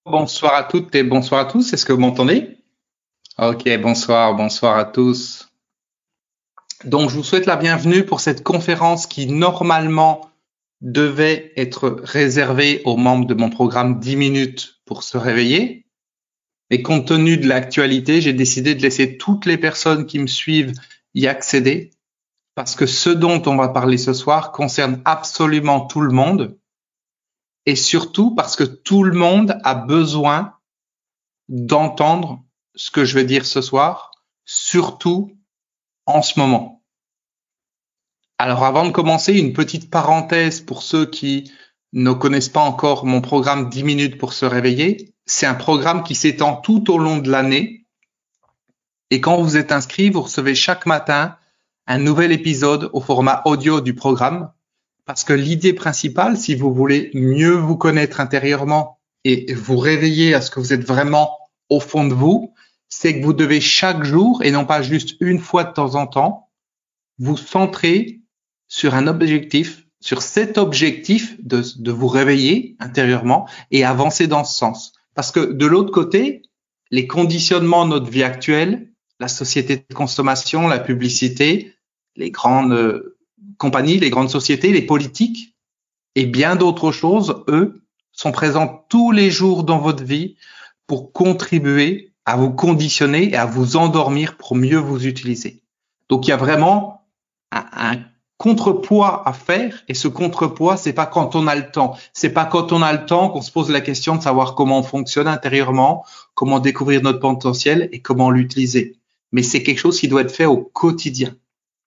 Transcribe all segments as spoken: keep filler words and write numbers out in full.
Bonsoir à toutes et bonsoir à tous. Est-ce que vous m'entendez? Ok, bonsoir, bonsoir à tous. Donc, je vous souhaite la bienvenue pour cette conférence qui, normalement, devait être réservée aux membres de mon programme dix minutes pour se réveiller. Et compte tenu de l'actualité, j'ai décidé de laisser toutes les personnes qui me suivent y accéder parce que ce dont on va parler ce soir concerne absolument tout le monde et surtout parce que tout le monde a besoin d'entendre ce que je vais dire ce soir, surtout en ce moment. Alors avant de commencer, une petite parenthèse pour ceux qui ne connaissent pas encore mon programme dix minutes pour se réveiller. C'est un programme qui s'étend tout au long de l'année. Et quand vous êtes inscrit, vous recevez chaque matin un nouvel épisode au format audio du programme. Parce que l'idée principale, si vous voulez mieux vous connaître intérieurement et vous réveiller à ce que vous êtes vraiment au fond de vous, c'est que vous devez chaque jour, et non pas juste une fois de temps en temps, vous centrer sur un objectif, sur cet objectif de, de vous réveiller intérieurement et avancer dans ce sens. Parce que de l'autre côté, les conditionnements de notre vie actuelle, la société de consommation, la publicité, les grandes euh, compagnies, les grandes sociétés, les politiques et bien d'autres choses, eux, sont présents tous les jours dans votre vie pour contribuer à vous conditionner et à vous endormir pour mieux vous utiliser. Donc, il y a vraiment un, un contrepoids à faire et ce contrepoids, c'est pas quand on a le temps. C'est pas quand on a le temps qu'on se pose la question de savoir comment on fonctionne intérieurement, comment découvrir notre potentiel et comment l'utiliser. Mais c'est quelque chose qui doit être fait au quotidien.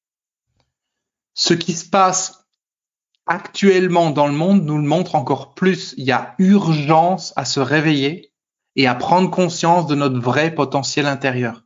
Ce qui se passe actuellement dans le monde nous le montre encore plus. Il y a urgence à se réveiller et à prendre conscience de notre vrai potentiel intérieur.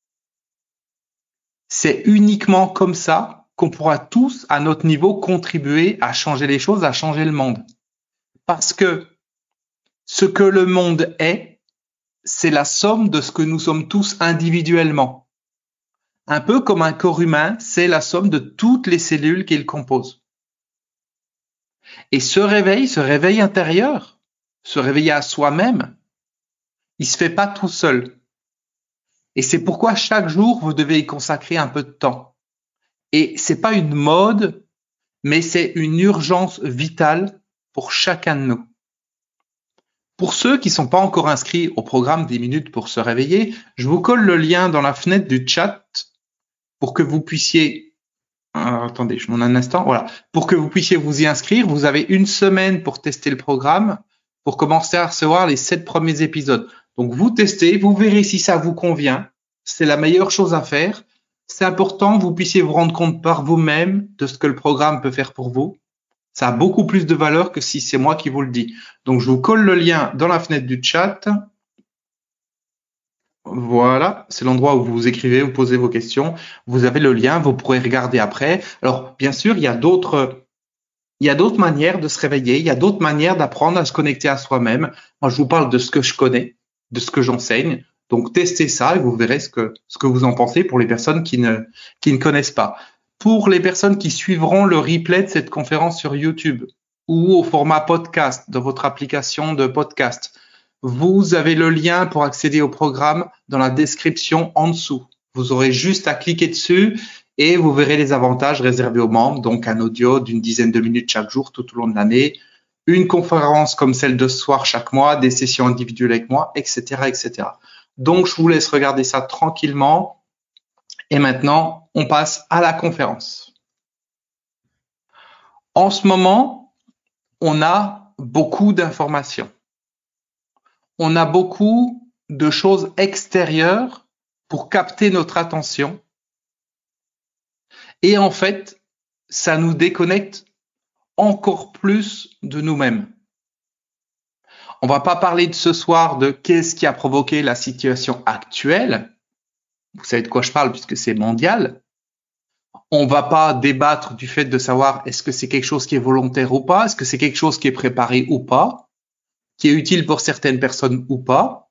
C'est uniquement comme ça qu'on pourra tous, à notre niveau, contribuer à changer les choses, à changer le monde. Parce que ce que le monde est, c'est la somme de ce que nous sommes tous individuellement. Un peu comme un corps humain, c'est la somme de toutes les cellules qu'il compose. Et ce réveil, ce réveil intérieur, se réveiller à soi-même, il se fait pas tout seul. Et c'est pourquoi chaque jour, vous devez y consacrer un peu de temps. Et c'est pas une mode, mais c'est une urgence vitale pour chacun de nous. Pour ceux qui sont pas encore inscrits au programme dix minutes pour se réveiller, je vous colle le lien dans la fenêtre du chat pour que vous puissiez, euh, attendez, je m'en ai un instant, voilà, pour que vous puissiez vous y inscrire. Vous avez une semaine pour tester le programme, pour commencer à recevoir les sept premiers épisodes. Donc vous testez, vous verrez si ça vous convient. C'est la meilleure chose à faire. C'est important que vous puissiez vous rendre compte par vous-même de ce que le programme peut faire pour vous. Ça a beaucoup plus de valeur que si c'est moi qui vous le dis. Donc, je vous colle le lien dans la fenêtre du chat. Voilà, c'est l'endroit où vous écrivez, vous posez vos questions. Vous avez le lien, vous pourrez regarder après. Alors, bien sûr, il y a d'autres, il y a d'autres manières de se réveiller. Il y a d'autres manières d'apprendre à se connecter à soi-même. Moi, je vous parle de ce que je connais, de ce que j'enseigne. Donc, testez ça et vous verrez ce que, ce que vous en pensez pour les personnes qui ne, qui ne connaissent pas. Pour les personnes qui suivront le replay de cette conférence sur YouTube ou au format podcast de votre application de podcast, vous avez le lien pour accéder au programme dans la description en dessous. Vous aurez juste à cliquer dessus et vous verrez les avantages réservés aux membres, donc un audio d'une dizaine de minutes chaque jour tout au long de l'année, une conférence comme celle de ce soir chaque mois, des sessions individuelles avec moi, et cetera, et cetera. Donc, je vous laisse regarder ça tranquillement. Et maintenant, on passe à la conférence. En ce moment, on a beaucoup d'informations. On a beaucoup de choses extérieures pour capter notre attention. Et en fait, ça nous déconnecte encore plus de nous-mêmes. On va pas parler de ce soir de qu'est-ce qui a provoqué la situation actuelle. Vous savez de quoi je parle puisque c'est mondial. On va pas débattre du fait de savoir est-ce que c'est quelque chose qui est volontaire ou pas, est-ce que c'est quelque chose qui est préparé ou pas, qui est utile pour certaines personnes ou pas.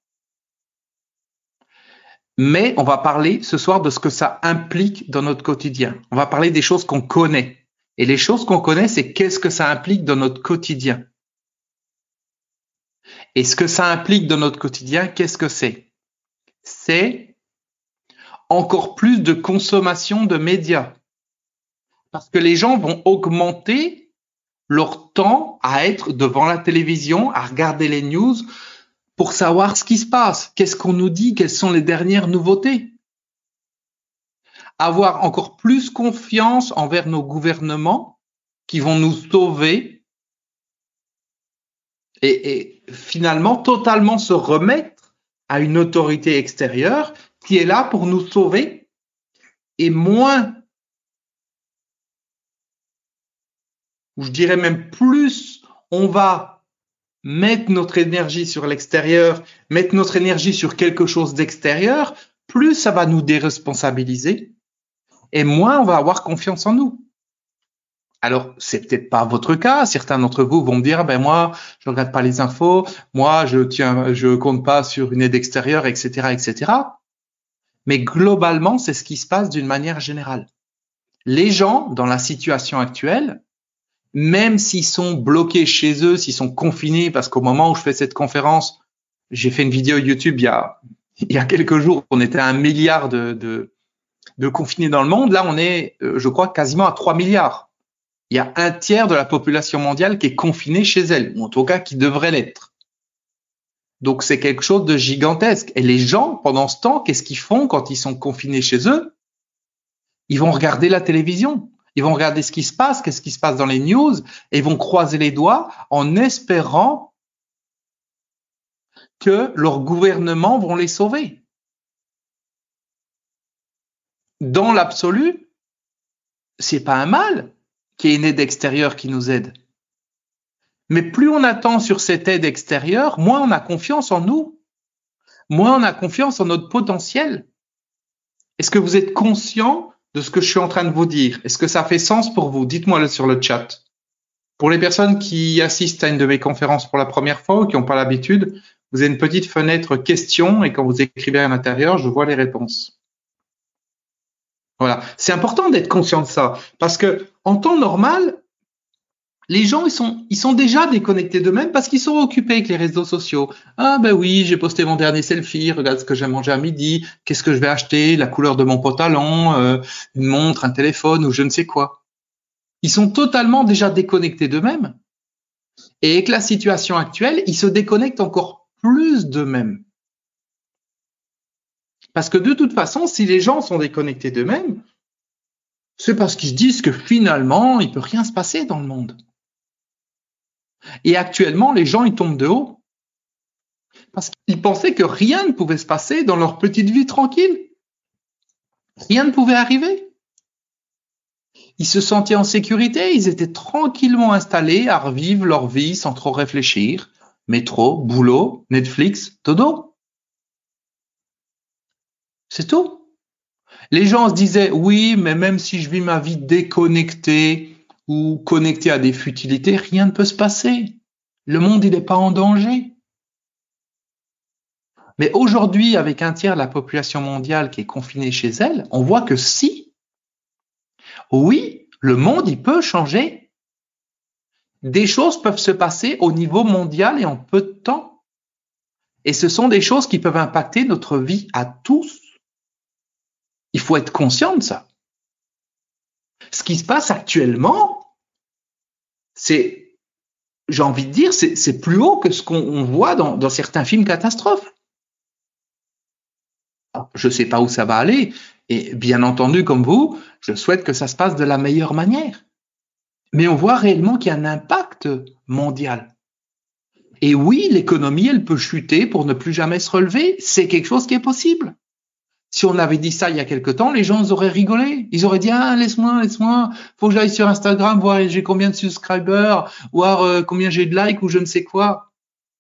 Mais on va parler ce soir de ce que ça implique dans notre quotidien. On va parler des choses qu'on connaît. Et les choses qu'on connaît, c'est qu'est-ce que ça implique dans notre quotidien. Et ce que ça implique dans notre quotidien, qu'est-ce que c'est? C'est encore plus de consommation de médias. Parce que les gens vont augmenter leur temps à être devant la télévision, à regarder les news pour savoir ce qui se passe, qu'est-ce qu'on nous dit, quelles sont les dernières nouveautés. Avoir encore plus confiance envers nos gouvernements qui vont nous sauver et, et finalement totalement se remettre à une autorité extérieure qui est là pour nous sauver et moins, ou je dirais même plus, on va mettre notre énergie sur l'extérieur, mettre notre énergie sur quelque chose d'extérieur, plus ça va nous déresponsabiliser et moins on va avoir confiance en nous. Alors, c'est peut-être pas votre cas. Certains d'entre vous vont me dire, ben moi, je regarde pas les infos, moi, je tiens, je compte pas sur une aide extérieure, et cetera, et cetera. Mais globalement, c'est ce qui se passe d'une manière générale. Les gens, dans la situation actuelle, même s'ils sont bloqués chez eux, s'ils sont confinés, parce qu'au moment où je fais cette conférence, j'ai fait une vidéo YouTube il y a, il y a quelques jours, on était à un milliard de, de, de confinés dans le monde. Là, on est, je crois, quasiment à trois milliards. Il y a un tiers de la population mondiale qui est confinée chez elle, ou en tout cas qui devrait l'être. Donc c'est quelque chose de gigantesque. Et les gens, pendant ce temps, qu'est-ce qu'ils font quand ils sont confinés chez eux? Ils vont regarder la télévision, ils vont regarder ce qui se passe, qu'est-ce qui se passe dans les news, et ils vont croiser les doigts en espérant que leurs gouvernements vont les sauver. Dans l'absolu, c'est pas un mal qu'il y ait une aide extérieure qui nous aide. Mais plus on attend sur cette aide extérieure, moins on a confiance en nous, moins on a confiance en notre potentiel. Est-ce que vous êtes conscient de ce que je suis en train de vous dire? Est-ce que ça fait sens pour vous? Dites-moi-le sur le chat. Pour les personnes qui assistent à une de mes conférences pour la première fois ou qui n'ont pas l'habitude, vous avez une petite fenêtre questions et quand vous écrivez à l'intérieur, je vois les réponses. Voilà. C'est important d'être conscient de ça parce que en temps normal, les gens, ils sont, ils sont déjà déconnectés d'eux-mêmes parce qu'ils sont occupés avec les réseaux sociaux. Ah ben oui, j'ai posté mon dernier selfie, regarde ce que j'ai mangé à midi, qu'est-ce que je vais acheter, la couleur de mon pantalon, euh, une montre, un téléphone ou je ne sais quoi. Ils sont totalement déjà déconnectés d'eux-mêmes. Et avec la situation actuelle, ils se déconnectent encore plus d'eux-mêmes. Parce que de toute façon, si les gens sont déconnectés d'eux-mêmes, c'est parce qu'ils se disent que finalement, il peut rien se passer dans le monde. Et actuellement, les gens, ils tombent de haut. Parce qu'ils pensaient que rien ne pouvait se passer dans leur petite vie tranquille. Rien ne pouvait arriver. Ils se sentaient en sécurité, ils étaient tranquillement installés à revivre leur vie sans trop réfléchir. Métro, boulot, Netflix, dodo. C'est tout. Les gens se disaient, oui, mais même si je vis ma vie déconnectée ou connectée à des futilités, rien ne peut se passer. Le monde, il n'est pas en danger. Mais aujourd'hui, avec un tiers de la population mondiale qui est confinée chez elle, on voit que si, oui, le monde, il peut changer. Des choses peuvent se passer au niveau mondial et en peu de temps. Et ce sont des choses qui peuvent impacter notre vie à tous. Il faut être conscient de ça. Ce qui se passe actuellement, c'est, j'ai envie de dire, c'est, c'est plus haut que ce qu'on voit dans, dans certains films catastrophes. Alors, je ne sais pas où ça va aller, et bien entendu, comme vous, je souhaite que ça se passe de la meilleure manière. Mais on voit réellement qu'il y a un impact mondial. Et oui, l'économie, elle peut chuter pour ne plus jamais se relever. C'est quelque chose qui est possible. Si on avait dit ça il y a quelque temps, les gens auraient rigolé. Ils auraient dit, ah, laisse-moi, laisse-moi, faut que j'aille sur Instagram, voir j'ai combien de subscribers, voir euh, combien j'ai de likes ou je ne sais quoi.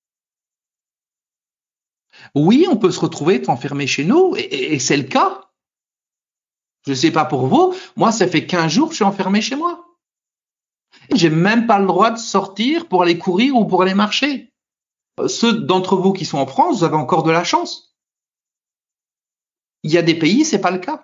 Oui, on peut se retrouver être enfermé chez nous, et, et, et c'est le cas. Je ne sais pas pour vous, moi, ça fait quinze jours que je suis enfermé chez moi. Et j'ai même pas le droit de sortir pour aller courir ou pour aller marcher. Ceux d'entre vous qui sont en France, vous avez encore de la chance. Il y a des pays, c'est pas le cas.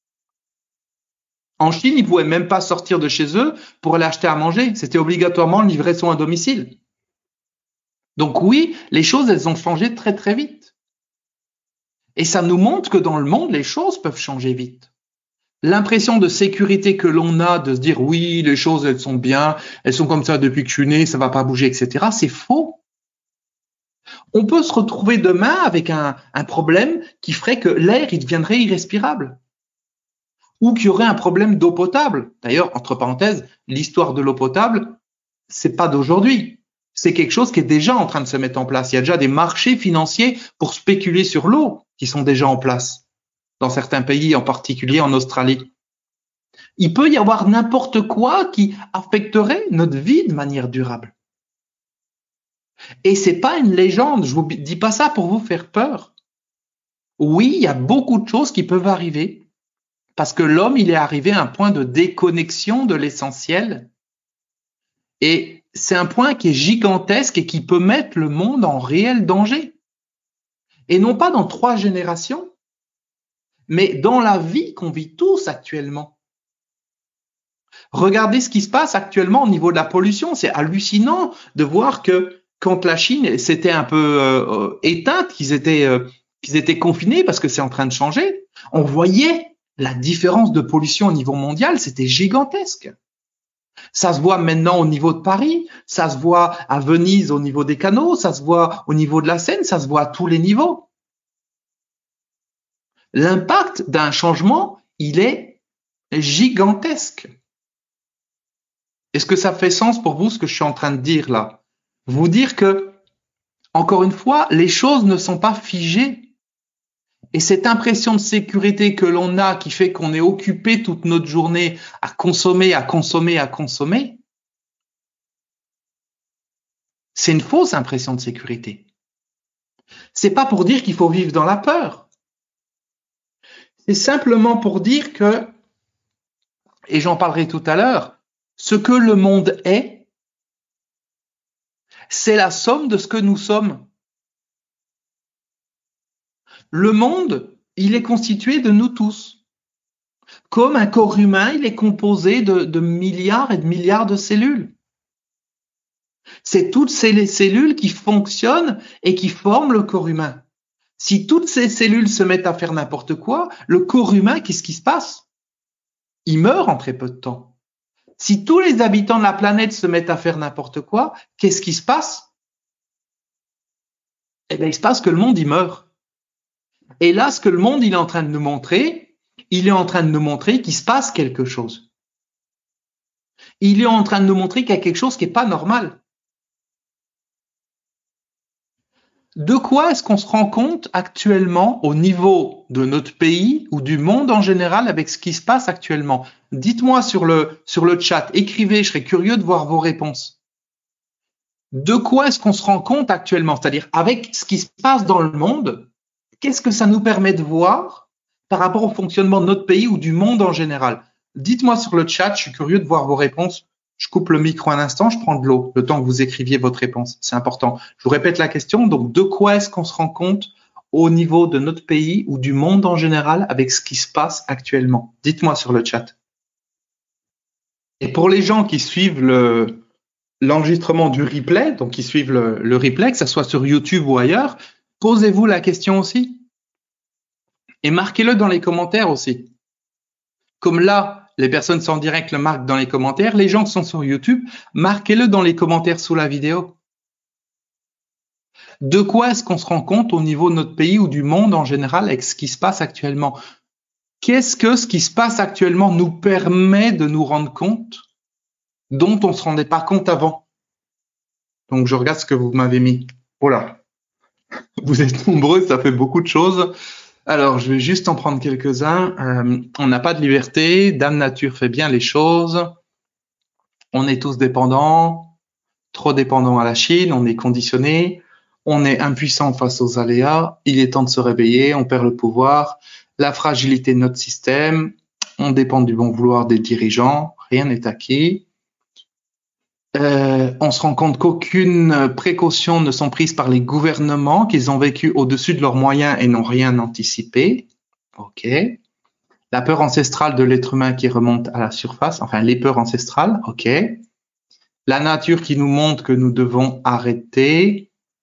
En Chine, ils pouvaient même pas sortir de chez eux pour aller acheter à manger. C'était obligatoirement livraison à domicile. Donc oui, les choses, elles ont changé très très vite. Et ça nous montre que dans le monde, les choses peuvent changer vite. L'impression de sécurité que l'on a, de se dire oui, les choses, elles sont bien, elles sont comme ça depuis que je suis né, ça va pas bouger, et cetera, c'est faux. On peut se retrouver demain avec un, un problème qui ferait que l'air, il deviendrait irrespirable. Ou qu'il y aurait un problème d'eau potable. D'ailleurs, entre parenthèses, l'histoire de l'eau potable, c'est pas d'aujourd'hui. C'est quelque chose qui est déjà en train de se mettre en place. Il y a déjà des marchés financiers pour spéculer sur l'eau qui sont déjà en place dans certains pays, en particulier en Australie. Il peut y avoir n'importe quoi qui affecterait notre vie de manière durable. Et c'est pas une légende, je vous dis pas ça pour vous faire peur. Oui, il y a beaucoup de choses qui peuvent arriver parce que l'homme, il est arrivé à un point de déconnexion de l'essentiel. Et c'est un point qui est gigantesque et qui peut mettre le monde en réel danger. Et non pas dans trois générations, mais dans la vie qu'on vit tous actuellement. Regardez ce qui se passe actuellement au niveau de la pollution. C'est hallucinant de voir que quand la Chine s'était un peu euh, éteinte, qu'ils étaient, euh, qu'ils étaient confinés parce que c'est en train de changer, on voyait la différence de pollution au niveau mondial, c'était gigantesque. Ça se voit maintenant au niveau de Paris, ça se voit à Venise au niveau des canaux, ça se voit au niveau de la Seine, ça se voit à tous les niveaux. L'impact d'un changement, il est gigantesque. Est-ce que ça fait sens pour vous ce que je suis en train de dire là? Vous dire que, encore une fois, les choses ne sont pas figées. Et cette impression de sécurité que l'on a qui fait qu'on est occupé toute notre journée à consommer, à consommer, à consommer, c'est une fausse impression de sécurité. C'est pas pour dire qu'il faut vivre dans la peur. C'est simplement pour dire que, et j'en parlerai tout à l'heure, ce que le monde est, c'est la somme de ce que nous sommes. Le monde, il est constitué de nous tous. Comme un corps humain, il est composé de, de milliards et de milliards de cellules. C'est toutes ces cellules qui fonctionnent et qui forment le corps humain. Si toutes ces cellules se mettent à faire n'importe quoi, le corps humain, qu'est-ce qui se passe? Il meurt en très peu de temps. Si tous les habitants de la planète se mettent à faire n'importe quoi, qu'est-ce qui se passe? Eh bien, il se passe que le monde, il meurt. Et là, ce que le monde il est en train de nous montrer, il est en train de nous montrer qu'il se passe quelque chose. Il est en train de nous montrer qu'il y a quelque chose qui n'est pas normal. De quoi est-ce qu'on se rend compte actuellement au niveau de notre pays ou du monde en général avec ce qui se passe actuellement? Dites-moi sur le, sur le chat, écrivez, je serais curieux de voir vos réponses. De quoi est-ce qu'on se rend compte actuellement? C'est-à-dire avec ce qui se passe dans le monde, qu'est-ce que ça nous permet de voir par rapport au fonctionnement de notre pays ou du monde en général? Dites-moi sur le chat, je suis curieux de voir vos réponses. Je coupe le micro un instant, je prends de l'eau, le temps que vous écriviez votre réponse. C'est important. Je vous répète la question. Donc, de quoi est-ce qu'on se rend compte au niveau de notre pays ou du monde en général avec ce qui se passe actuellement? Dites-moi sur le chat. Et pour les gens qui suivent le, l'enregistrement du replay, donc qui suivent le, le replay, que ce soit sur YouTube ou ailleurs, posez-vous la question aussi. Et marquez-le dans les commentaires aussi. Comme là, les personnes sont en direct le marquent dans les commentaires. Les gens qui sont sur YouTube, marquez-le dans les commentaires sous la vidéo. De quoi est-ce qu'on se rend compte au niveau de notre pays ou du monde en général avec ce qui se passe actuellement? Qu'est-ce que ce qui se passe actuellement nous permet de nous rendre compte dont on ne se rendait pas compte avant? Donc, je regarde ce que vous m'avez mis. Voilà. Vous êtes nombreux, ça fait beaucoup de choses. Alors, je vais juste en prendre quelques-uns. Euh, on n'a pas de liberté. Dame Nature fait bien les choses. On est tous dépendants, trop dépendants à la Chine. On est conditionnés. On est impuissant face aux aléas. Il est temps de se réveiller. On perd le pouvoir. La fragilité de notre système. On dépend du bon vouloir des dirigeants. Rien n'est acquis. Euh, on se rend compte qu'aucune précaution ne sont prises par les gouvernements, qu'ils ont vécu au-dessus de leurs moyens et n'ont rien anticipé. Ok. La peur ancestrale de l'être humain qui remonte à la surface, enfin les peurs ancestrales. Ok. La nature qui nous montre que nous devons arrêter.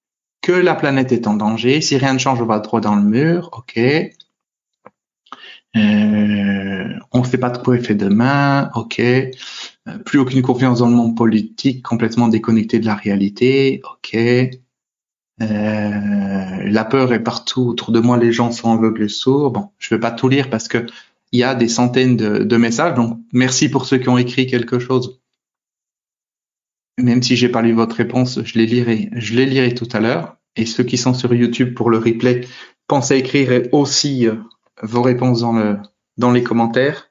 que la planète est en danger. Si rien ne change, on va trop dans le mur. OK. Euh, on ne sait pas de quoi est fait demain. OK. Euh, plus aucune confiance dans le monde politique, complètement déconnecté de la réalité. OK. Euh, la peur est partout autour de moi, les gens sont aveugles et sourds. Bon, je ne vais pas tout lire parce que il y a des centaines de, de messages. Donc, merci pour ceux qui ont écrit quelque chose. Même si j'ai pas lu votre réponse, je les lirai, je les lirai tout à l'heure. Et ceux qui sont sur YouTube pour le replay, pensez à écrire aussi euh, vos réponses dans le, dans les commentaires.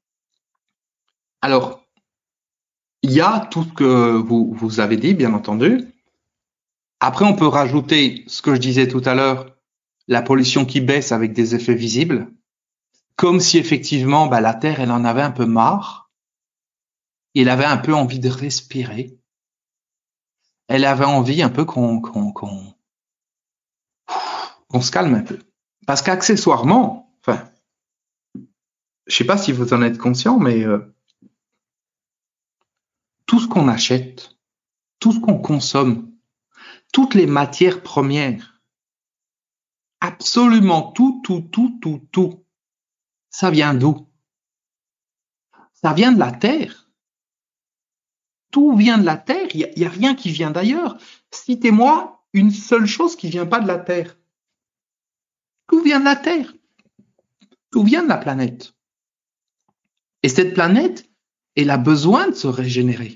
Alors, il y a tout ce que vous, vous avez dit, bien entendu. Après, on peut rajouter ce que je disais tout à l'heure, la pollution qui baisse avec des effets visibles. Comme si effectivement, bah, la Terre, elle en avait un peu marre. Elle avait un peu envie de respirer. Elle avait envie un peu qu'on qu'on qu'on qu'on se calme un peu. Parce qu'accessoirement, enfin, je sais pas si vous en êtes conscient, mais euh, tout ce qu'on achète, tout ce qu'on consomme, toutes les matières premières, absolument tout, tout, tout, tout, tout, ça vient d'où? Ça vient de la Terre. Tout vient de la Terre, il n'y a, a rien qui vient d'ailleurs. Citez-moi une seule chose qui vient pas de la Terre. Tout vient de la Terre. Tout vient de la planète. Et cette planète, elle a besoin de se régénérer.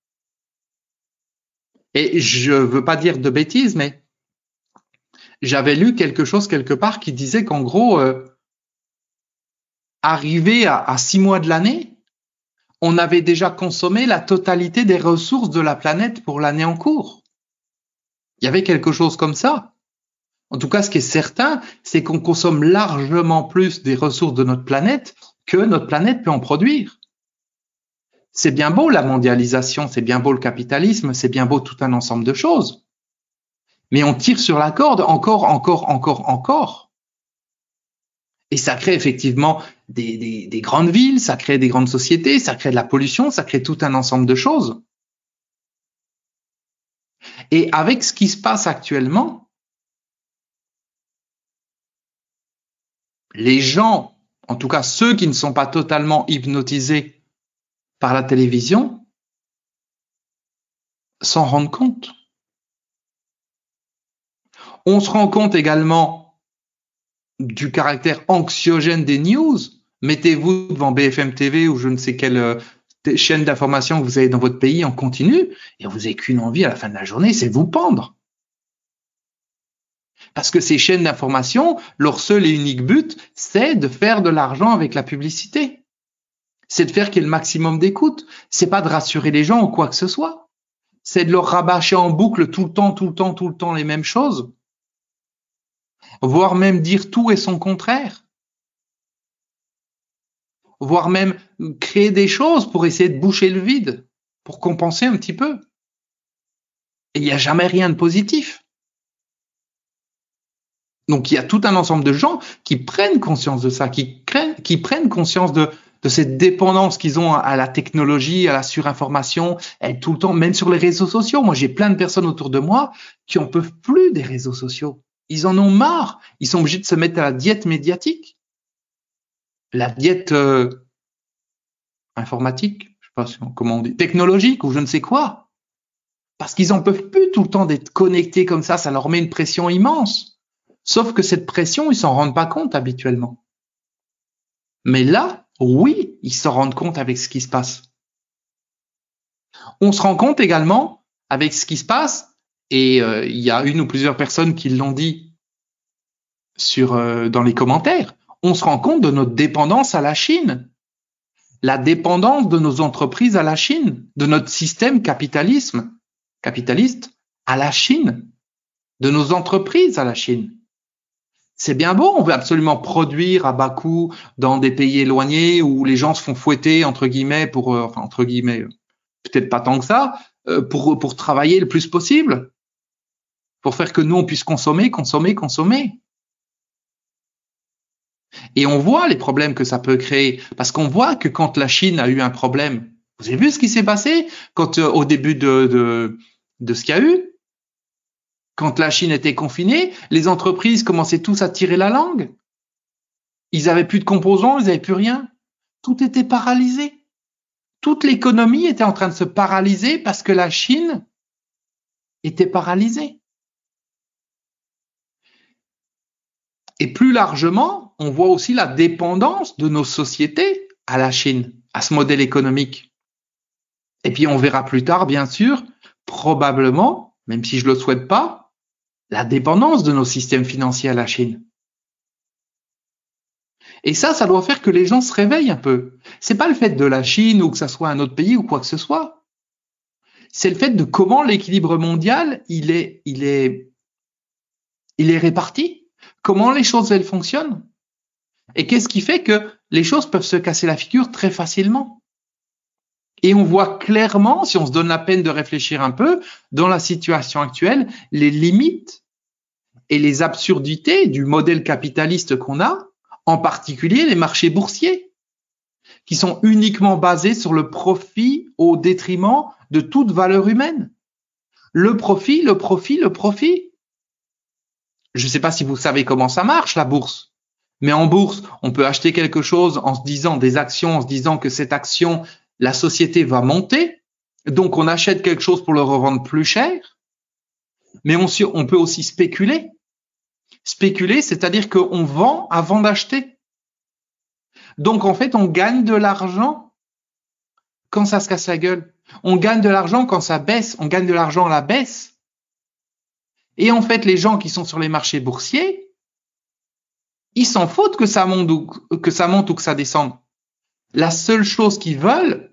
Et je veux pas dire de bêtises, mais j'avais lu quelque chose quelque part qui disait qu'en gros, euh, arrivé à, à six mois de l'année, on avait déjà consommé la totalité des ressources de la planète pour l'année en cours. Il y avait quelque chose comme ça. En tout cas, ce qui est certain, c'est qu'on consomme largement plus des ressources de notre planète que notre planète peut en produire. C'est bien beau la mondialisation, c'est bien beau le capitalisme, c'est bien beau tout un ensemble de choses. Mais on tire sur la corde encore, encore, encore, encore. Et ça crée effectivement des, des, des grandes villes, ça crée des grandes sociétés, ça crée de la pollution, ça crée tout un ensemble de choses. Et avec ce qui se passe actuellement, les gens, en tout cas ceux qui ne sont pas totalement hypnotisés par la télévision, s'en rendent compte. On se rend compte également du caractère anxiogène des news. Mettez-vous devant B F M T V ou je ne sais quelle euh, chaîne d'information que vous avez dans votre pays en continu et vous n'avez qu'une envie à la fin de la journée, c'est vous pendre. Parce que ces chaînes d'information, leur seul et unique but, c'est de faire de l'argent avec la publicité. C'est de faire qu'il y ait le maximum d'écoute. C'est pas de rassurer les gens ou quoi que ce soit. C'est de leur rabâcher en boucle tout le temps, tout le temps, tout le temps les mêmes choses. Voire même dire tout et son contraire. Voire même créer des choses pour essayer de boucher le vide, pour compenser un petit peu. Et il n'y a jamais rien de positif. Donc il y a tout un ensemble de gens qui prennent conscience de ça, qui, craignent, qui prennent conscience de, de cette dépendance qu'ils ont à la technologie, à la surinformation, et tout le temps, même sur les réseaux sociaux. Moi, j'ai plein de personnes autour de moi qui en peuvent plus des réseaux sociaux. Ils en ont marre. Ils sont obligés de se mettre à la diète médiatique. La diète euh, informatique, je sais pas si on, comment on dit, technologique ou je ne sais quoi. Parce qu'ils en peuvent plus tout le temps d'être connectés comme ça. Ça leur met une pression immense. Sauf que cette pression, ils s'en rendent pas compte habituellement. Mais là, oui, ils s'en rendent compte avec ce qui se passe. On se rend compte également avec ce qui se passe, et euh, il y a une ou plusieurs personnes qui l'ont dit sur, euh, dans les commentaires, on se rend compte de notre dépendance à la Chine, la dépendance de nos entreprises à la Chine, de notre système capitalisme, capitaliste à la Chine, de nos entreprises à la Chine. C'est bien beau, on veut absolument produire à bas coût dans des pays éloignés où les gens se font fouetter, entre guillemets, pour, euh, enfin, entre guillemets, peut-être pas tant que ça, euh, pour, pour travailler le plus possible, pour faire que nous, on puisse consommer, consommer, consommer. Et on voit les problèmes que ça peut créer, parce qu'on voit que quand la Chine a eu un problème, vous avez vu ce qui s'est passé quand, euh, au début de, de, de ce qu'il y a eu? Quand la Chine était confinée, les entreprises commençaient tous à tirer la langue. Ils n'avaient plus de composants, ils n'avaient plus rien. Tout était paralysé. Toute l'économie était en train de se paralyser parce que la Chine était paralysée. Et plus largement, on voit aussi la dépendance de nos sociétés à la Chine, à ce modèle économique. Et puis on verra plus tard, bien sûr, probablement, même si je ne le souhaite pas, la dépendance de nos systèmes financiers à la Chine. Et ça, ça doit faire que les gens se réveillent un peu. C'est pas le fait de la Chine ou que ça soit un autre pays ou quoi que ce soit. C'est le fait de comment l'équilibre mondial, il est, il est, il est réparti. Comment les choses, elles fonctionnent. Et qu'est-ce qui fait que les choses peuvent se casser la figure très facilement. Et on voit clairement, si on se donne la peine de réfléchir un peu, dans la situation actuelle, les limites et les absurdités du modèle capitaliste qu'on a, en particulier les marchés boursiers, qui sont uniquement basés sur le profit au détriment de toute valeur humaine. Le profit, le profit, le profit. Je ne sais pas si vous savez comment ça marche, la bourse. Mais en bourse, on peut acheter quelque chose en se disant des actions, en se disant que cette action, la société va monter. Donc, on achète quelque chose pour le revendre plus cher. Mais on, on peut aussi spéculer. Spéculer, c'est-à-dire qu'on vend avant d'acheter. Donc, en fait, on gagne de l'argent quand ça se casse la gueule. On gagne de l'argent quand ça baisse. On gagne de l'argent à la baisse. Et en fait, les gens qui sont sur les marchés boursiers, ils s'en foutent que ça monte ou que ça monte ou que ça descende. La seule chose qu'ils veulent,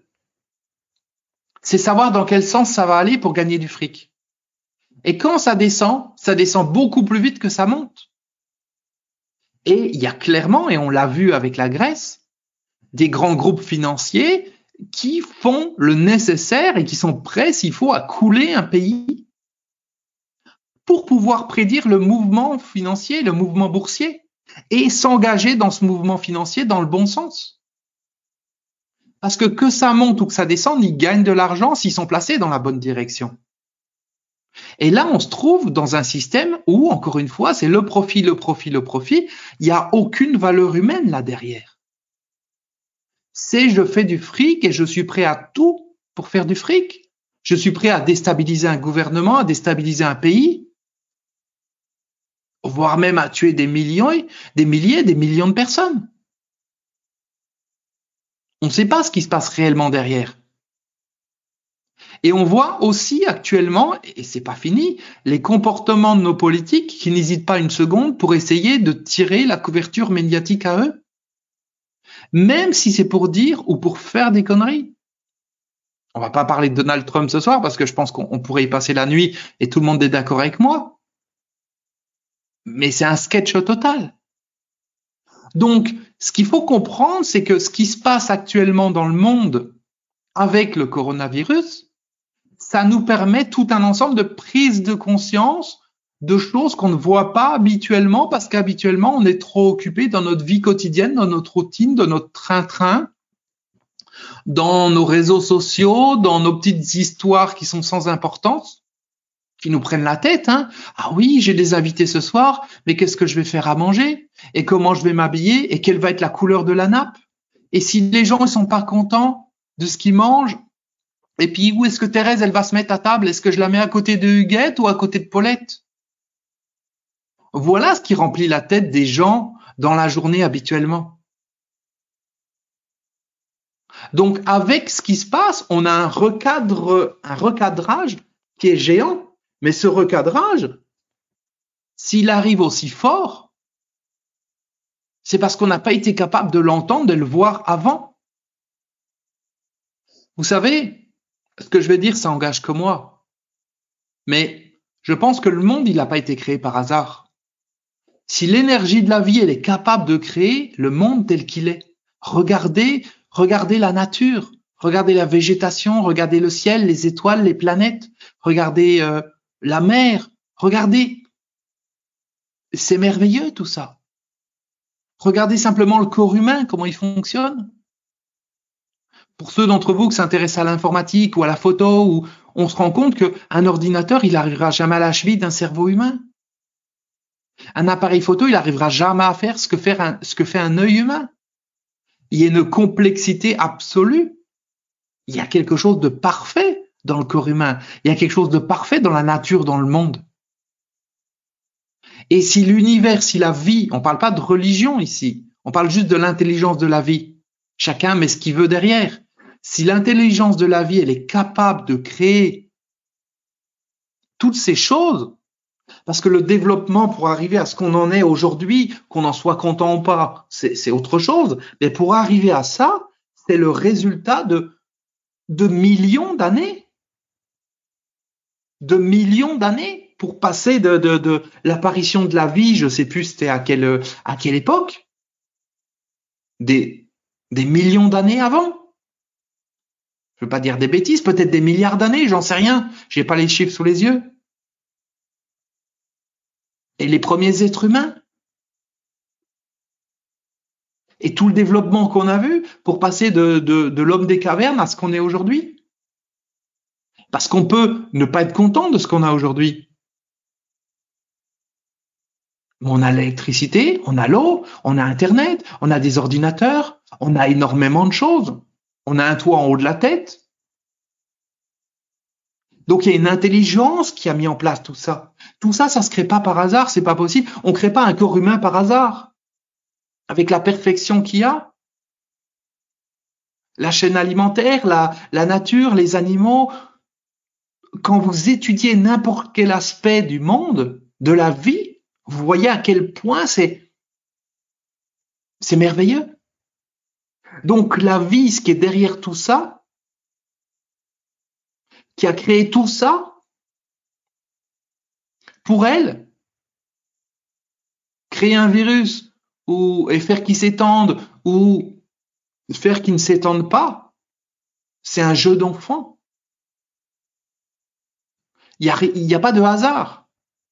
c'est savoir dans quel sens ça va aller pour gagner du fric. Et quand ça descend, ça descend beaucoup plus vite que ça monte. Et il y a clairement, et on l'a vu avec la Grèce, des grands groupes financiers qui font le nécessaire et qui sont prêts, s'il faut, à couler un pays pour pouvoir prédire le mouvement financier, le mouvement boursier, et s'engager dans ce mouvement financier dans le bon sens. Parce que que ça monte ou que ça descende, ils gagnent de l'argent s'ils sont placés dans la bonne direction. Et là, on se trouve dans un système où, encore une fois, c'est le profit, le profit, le profit. Il n'y a aucune valeur humaine là derrière. C'est je fais du fric et je suis prêt à tout pour faire du fric. Je suis prêt à déstabiliser un gouvernement, à déstabiliser un pays, voire même à tuer des millions, des milliers, des millions de personnes. On ne sait pas ce qui se passe réellement derrière. Et on voit aussi actuellement, et c'est pas fini, les comportements de nos politiques qui n'hésitent pas une seconde pour essayer de tirer la couverture médiatique à eux. Même si c'est pour dire ou pour faire des conneries. On va pas parler de Donald Trump ce soir parce que je pense qu'on pourrait y passer la nuit et tout le monde est d'accord avec moi. Mais c'est un sketch total. Donc, ce qu'il faut comprendre, c'est que ce qui se passe actuellement dans le monde avec le coronavirus, ça nous permet tout un ensemble de prises de conscience de choses qu'on ne voit pas habituellement parce qu'habituellement, on est trop occupé dans notre vie quotidienne, dans notre routine, dans notre train-train, dans nos réseaux sociaux, dans nos petites histoires qui sont sans importance, qui nous prennent la tête. Hein. Ah oui, j'ai des invités ce soir, mais qu'est-ce que je vais faire à manger? Et comment je vais m'habiller? Et quelle va être la couleur de la nappe? Et si les gens ne sont pas contents de ce qu'ils mangent, et puis où est-ce que Thérèse, elle va se mettre à table? Est-ce que je la mets à côté de Huguette ou à côté de Paulette? Voilà ce qui remplit la tête des gens dans la journée habituellement. Donc, avec ce qui se passe, on a un recadre, un recadrage qui est géant. Mais ce recadrage, s'il arrive aussi fort, c'est parce qu'on n'a pas été capable de l'entendre, de le voir avant. Vous savez, ce que je vais dire, ça engage que moi. Mais je pense que le monde, il n'a pas été créé par hasard. Si l'énergie de la vie, elle est capable de créer le monde tel qu'il est, regardez, regardez la nature, regardez la végétation, regardez le ciel, les étoiles, les planètes, regardez euh, la mer, regardez. C'est merveilleux tout ça. Regardez simplement le corps humain, comment il fonctionne. Pour ceux d'entre vous qui s'intéressent à l'informatique ou à la photo, ou on se rend compte qu'un ordinateur, il n'arrivera jamais à la cheville d'un cerveau humain. Un appareil photo, il n'arrivera jamais à faire ce que, faire un, ce que fait un œil humain. Il y a une complexité absolue. Il y a quelque chose de parfait dans le corps humain. Il y a quelque chose de parfait dans la nature, dans le monde. Et si l'univers, si la vie, on ne parle pas de religion ici, on parle juste de l'intelligence de la vie. Chacun met ce qu'il veut derrière. Si l'intelligence de la vie, elle est capable de créer toutes ces choses, parce que le développement pour arriver à ce qu'on en est aujourd'hui, qu'on en soit content ou pas, c'est, c'est autre chose. Mais pour arriver à ça, c'est le résultat de, de millions d'années. De millions d'années pour passer de, de, de l'apparition de la vie, je ne sais plus c'était à quelle, à quelle époque, des, des millions d'années avant. Je ne veux pas dire des bêtises, peut-être des milliards d'années, j'en sais rien. Je n'ai pas les chiffres sous les yeux. Et les premiers êtres humains. Et tout le développement qu'on a vu pour passer de, de, de l'homme des cavernes à ce qu'on est aujourd'hui. Parce qu'on peut ne pas être content de ce qu'on a aujourd'hui. On a l'électricité, on a l'eau, on a Internet, on a des ordinateurs, on a énormément de choses. On a un toit en haut de la tête. Donc il y a une intelligence qui a mis en place tout ça. Tout ça, ça se crée pas par hasard, c'est pas possible. On crée pas un corps humain par hasard. Avec la perfection qu'il y a. La chaîne alimentaire, la, la nature, les animaux. Quand vous étudiez n'importe quel aspect du monde, de la vie, vous voyez à quel point c'est, c'est merveilleux. Donc la vie, ce qui est derrière tout ça, qui a créé tout ça, pour elle, créer un virus ou et faire qu'il s'étende ou faire qu'il ne s'étende pas, c'est un jeu d'enfant. Il n'y a, il y a pas de hasard.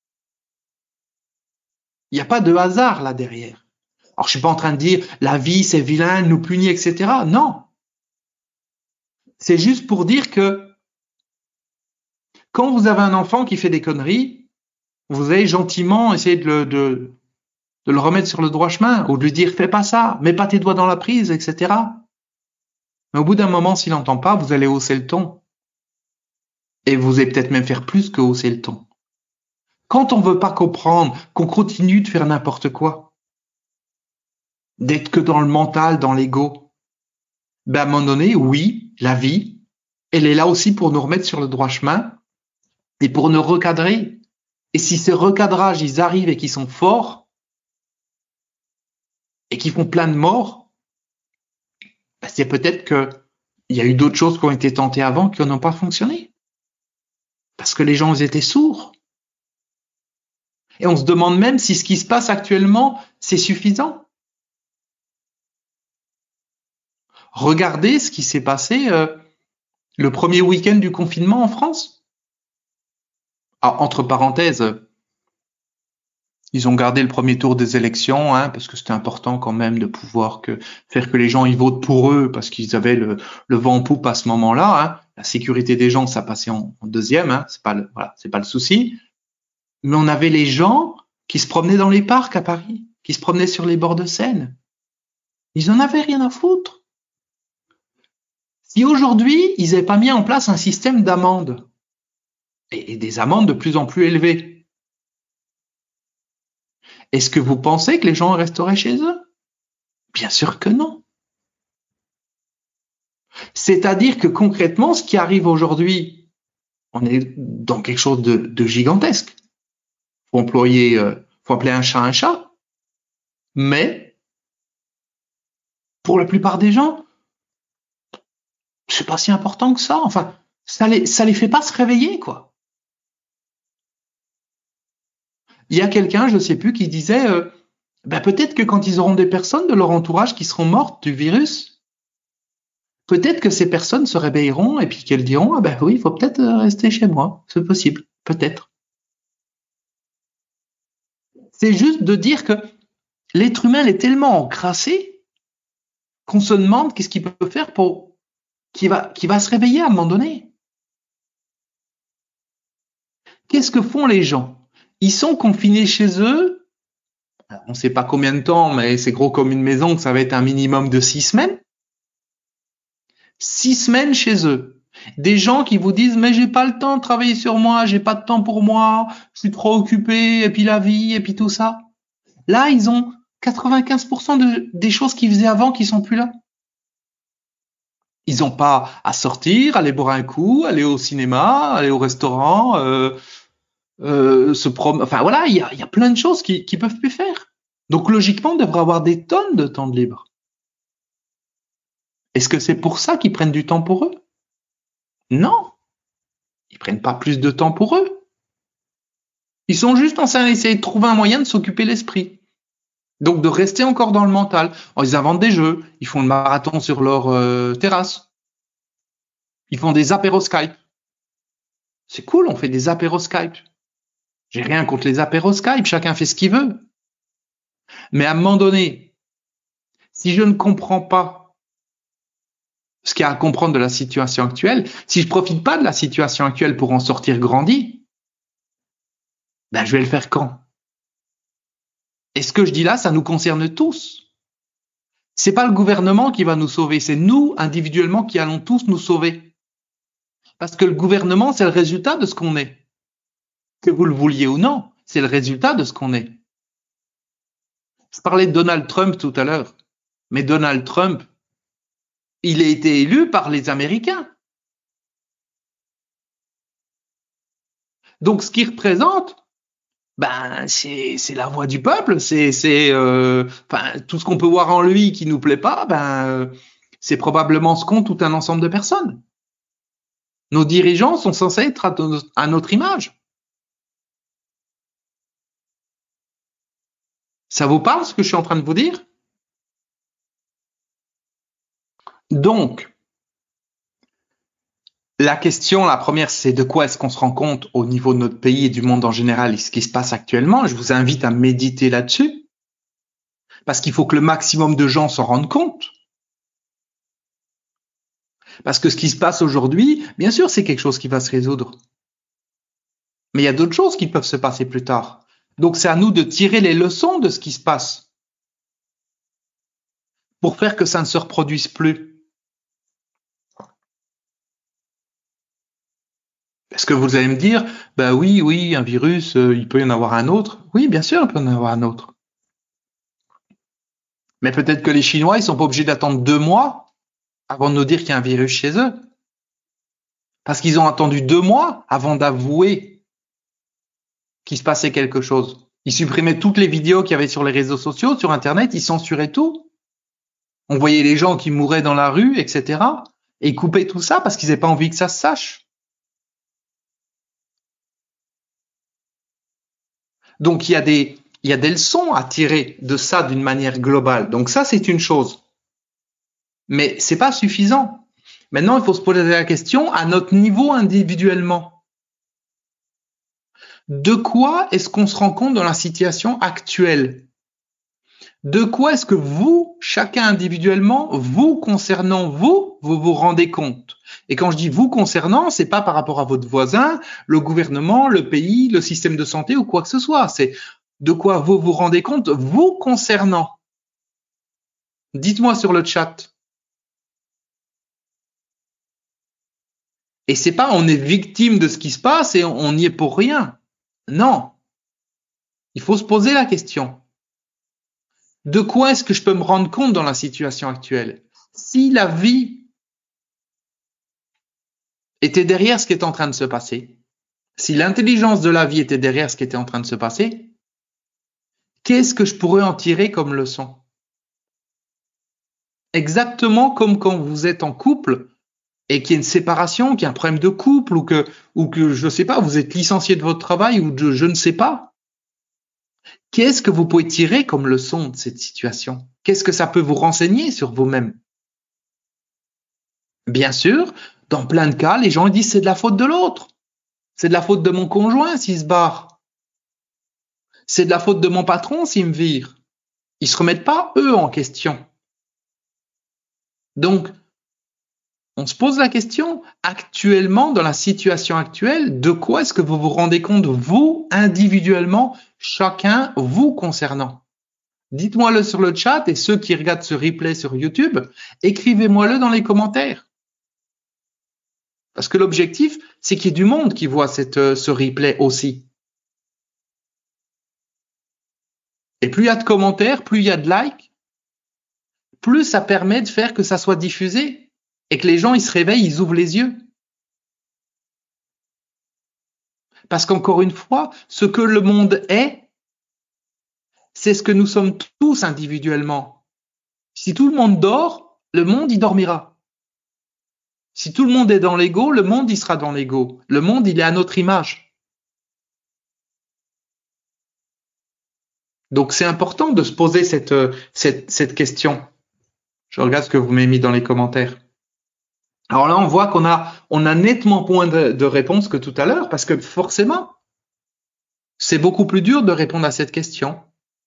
Il n'y a pas de hasard là derrière. Alors je suis pas en train de dire la vie c'est vilain, nous punit, et cetera. Non. C'est juste pour dire que quand vous avez un enfant qui fait des conneries, vous allez gentiment essayer de le, de, de le remettre sur le droit chemin ou de lui dire fais pas ça, mets pas tes doigts dans la prise, et cetera. Mais au bout d'un moment, s'il n'entend pas, vous allez hausser le ton. Et vous allez peut-être même faire plus que hausser le ton. Quand on veut pas comprendre, qu'on continue de faire n'importe quoi, d'être que dans le mental, dans l'ego, ben à un moment donné, oui, la vie, elle est là aussi pour nous remettre sur le droit chemin et pour nous recadrer. Et si ces recadrages, ils arrivent et qu'ils sont forts et qu'ils font plein de morts, ben c'est peut-être que il y a eu d'autres choses qui ont été tentées avant qui n'ont pas fonctionné. Parce que les gens ils étaient sourds. Et on se demande même si ce qui se passe actuellement, c'est suffisant. Regardez ce qui s'est passé euh, le premier week-end du confinement en France. Alors, entre parenthèses, ils ont gardé le premier tour des élections, hein, parce que c'était important quand même de pouvoir que, faire que les gens y votent pour eux, parce qu'ils avaient le, le vent en poupe à ce moment-là. Hein. La sécurité des gens, ça passait en, en deuxième, hein, c'est pas le, voilà, c'est pas le souci. Mais on avait les gens qui se promenaient dans les parcs à Paris, qui se promenaient sur les bords de Seine. Ils en avaient rien à foutre. Si aujourd'hui, ils n'avaient pas mis en place un système d'amendes, et, et des amendes de plus en plus élevées, est-ce que vous pensez que les gens resteraient chez eux? Bien sûr que non. C'est-à-dire que concrètement, ce qui arrive aujourd'hui, on est dans quelque chose de, de gigantesque. Faut employer, euh, faut appeler un chat un chat. Mais, pour la plupart des gens, c'est pas si important que ça. Enfin, ça les, ça les fait pas se réveiller, quoi. Il y a quelqu'un, je sais plus, qui disait, euh, ben peut-être que quand ils auront des personnes de leur entourage qui seront mortes du virus, peut-être que ces personnes se réveilleront et puis qu'elles diront, ah ben oui, il faut peut-être rester chez moi. C'est possible, peut-être. C'est juste de dire que l'être humain est tellement encrassé qu'on se demande qu'est-ce qu'il peut faire pour qu'il va, qu'il va se réveiller à un moment donné. qu'est-ce que font les gens? Ils sont confinés chez eux. Alors, on ne sait pas combien de temps, mais c'est gros comme une maison, que ça va être un minimum de six semaines. Six semaines chez eux. Des gens qui vous disent, mais j'ai pas le temps de travailler sur moi, j'ai pas de temps pour moi, je suis trop occupé, et puis la vie, et puis tout ça. Là, ils ont quatre-vingt-quinze pour cent de, des choses qu'ils faisaient avant qui sont plus là. Ils n'ont pas à sortir, aller boire un coup, aller au cinéma, aller au restaurant, euh, euh, se promener. Enfin voilà, il y a, y a plein de choses qu'ils qui peuvent plus faire. Donc logiquement, on devrait avoir des tonnes de temps de libre. Est-ce que c'est pour ça qu'ils prennent du temps pour eux? Non, ils prennent pas plus de temps pour eux. Ils sont juste en train d'essayer de trouver un moyen de s'occuper l'esprit. Donc de rester encore dans le mental. Alors, ils inventent des jeux, ils font le marathon sur leur euh, terrasse. Ils font des apéros Skype. C'est cool, on fait des apéros Skype. J'ai rien contre les apéros Skype, chacun fait ce qu'il veut. Mais à un moment donné, si je ne comprends pas ce qu'il y a à comprendre de la situation actuelle, si je profite pas de la situation actuelle pour en sortir grandi, ben je vais le faire quand? Et ce que je dis là, ça nous concerne tous. C'est pas le gouvernement qui va nous sauver, c'est nous, individuellement, qui allons tous nous sauver. Parce que le gouvernement, c'est le résultat de ce qu'on est. Que vous le vouliez ou non, c'est le résultat de ce qu'on est. Je parlais de Donald Trump tout à l'heure. Mais Donald Trump, il a été élu par les Américains. Donc, ce qu'il représente, ben, c'est, c'est la voix du peuple. C'est, c'est, euh, enfin, tout ce qu'on peut voir en lui qui nous plaît pas, ben, c'est probablement ce qu'ont tout un ensemble de personnes. Nos dirigeants sont censés être à notre image. Ça vous parle ce que je suis en train de vous dire? Donc, la question, la première, c'est de quoi est-ce qu'on se rend compte au niveau de notre pays et du monde en général et ce qui se passe actuellement. Je vous invite à méditer là-dessus parce qu'il faut que le maximum de gens s'en rendent compte. Parce que ce qui se passe aujourd'hui, bien sûr, c'est quelque chose qui va se résoudre. Mais il y a d'autres choses qui peuvent se passer plus tard. Donc, c'est à nous de tirer les leçons de ce qui se passe pour faire que ça ne se reproduise plus. Est-ce que vous allez me dire, ben oui, oui, un virus, euh, il peut y en avoir un autre. Oui, bien sûr, il peut y en avoir un autre. Mais peut-être que les Chinois, ils sont pas obligés d'attendre deux mois avant de nous dire qu'il y a un virus chez eux. Parce qu'ils ont attendu deux mois avant d'avouer qu'il se passait quelque chose. Ils supprimaient toutes les vidéos qu'il y avait sur les réseaux sociaux, sur Internet, ils censuraient tout. On voyait les gens qui mouraient dans la rue, et cetera. Et ils coupaient tout ça parce qu'ils n'avaient pas envie que ça se sache. Donc il y a des, il y a des leçons à tirer de ça d'une manière globale. Donc ça, c'est une chose. Mais c'est pas suffisant. Maintenant, il faut se poser la question à notre niveau individuellement. De quoi est-ce qu'on se rend compte dans la situation actuelle? De quoi est-ce que vous, chacun individuellement, vous concernant vous, vous vous rendez compte? Et quand je dis vous concernant, c'est pas par rapport à votre voisin, le gouvernement, le pays, le système de santé ou quoi que ce soit. C'est de quoi vous vous rendez compte, vous concernant. Dites-moi sur le chat. Et c'est pas on est victime de ce qui se passe et on n'y est pour rien. Non. Il faut se poser la question. De quoi est-ce que je peux me rendre compte dans la situation actuelle? Si la vie était derrière ce qui est en train de se passer, si l'intelligence de la vie était derrière ce qui était en train de se passer, qu'est-ce que je pourrais en tirer comme leçon? Exactement comme quand vous êtes en couple et qu'il y a une séparation, qu'il y a un problème de couple ou que, ou que je ne sais pas, vous êtes licencié de votre travail ou de, je ne sais pas. Qu'est-ce que vous pouvez tirer comme leçon de cette situation? Qu'est-ce que ça peut vous renseigner sur vous-même? Bien sûr, dans plein de cas, les gens disent c'est de la faute de l'autre. C'est de la faute de mon conjoint s'il se barre. C'est de la faute de mon patron s'il me vire. Ils se remettent pas eux en question. Donc, On se pose la question, actuellement, dans la situation actuelle, de quoi est-ce que vous vous rendez compte, vous, individuellement, chacun, vous concernant? Dites-moi-le sur le chat et ceux qui regardent ce replay sur YouTube, écrivez-moi-le dans les commentaires. Parce que l'objectif, c'est qu'il y ait du monde qui voit cette, euh, ce replay aussi. Et plus il y a de commentaires, plus il y a de likes, plus ça permet de faire que ça soit diffusé. Et que les gens, ils se réveillent, ils ouvrent les yeux. Parce qu'encore une fois, ce que le monde est, c'est ce que nous sommes tous individuellement. Si tout le monde dort, le monde, il dormira. Si tout le monde est dans l'ego, le monde, il sera dans l'ego. Le monde, il est à notre image. Donc, c'est important de se poser cette, cette, cette question. Je regarde ce que vous m'avez mis dans les commentaires. Alors là, on voit qu'on a, on a nettement moins de, de réponses que tout à l'heure, parce que forcément, c'est beaucoup plus dur de répondre à cette question.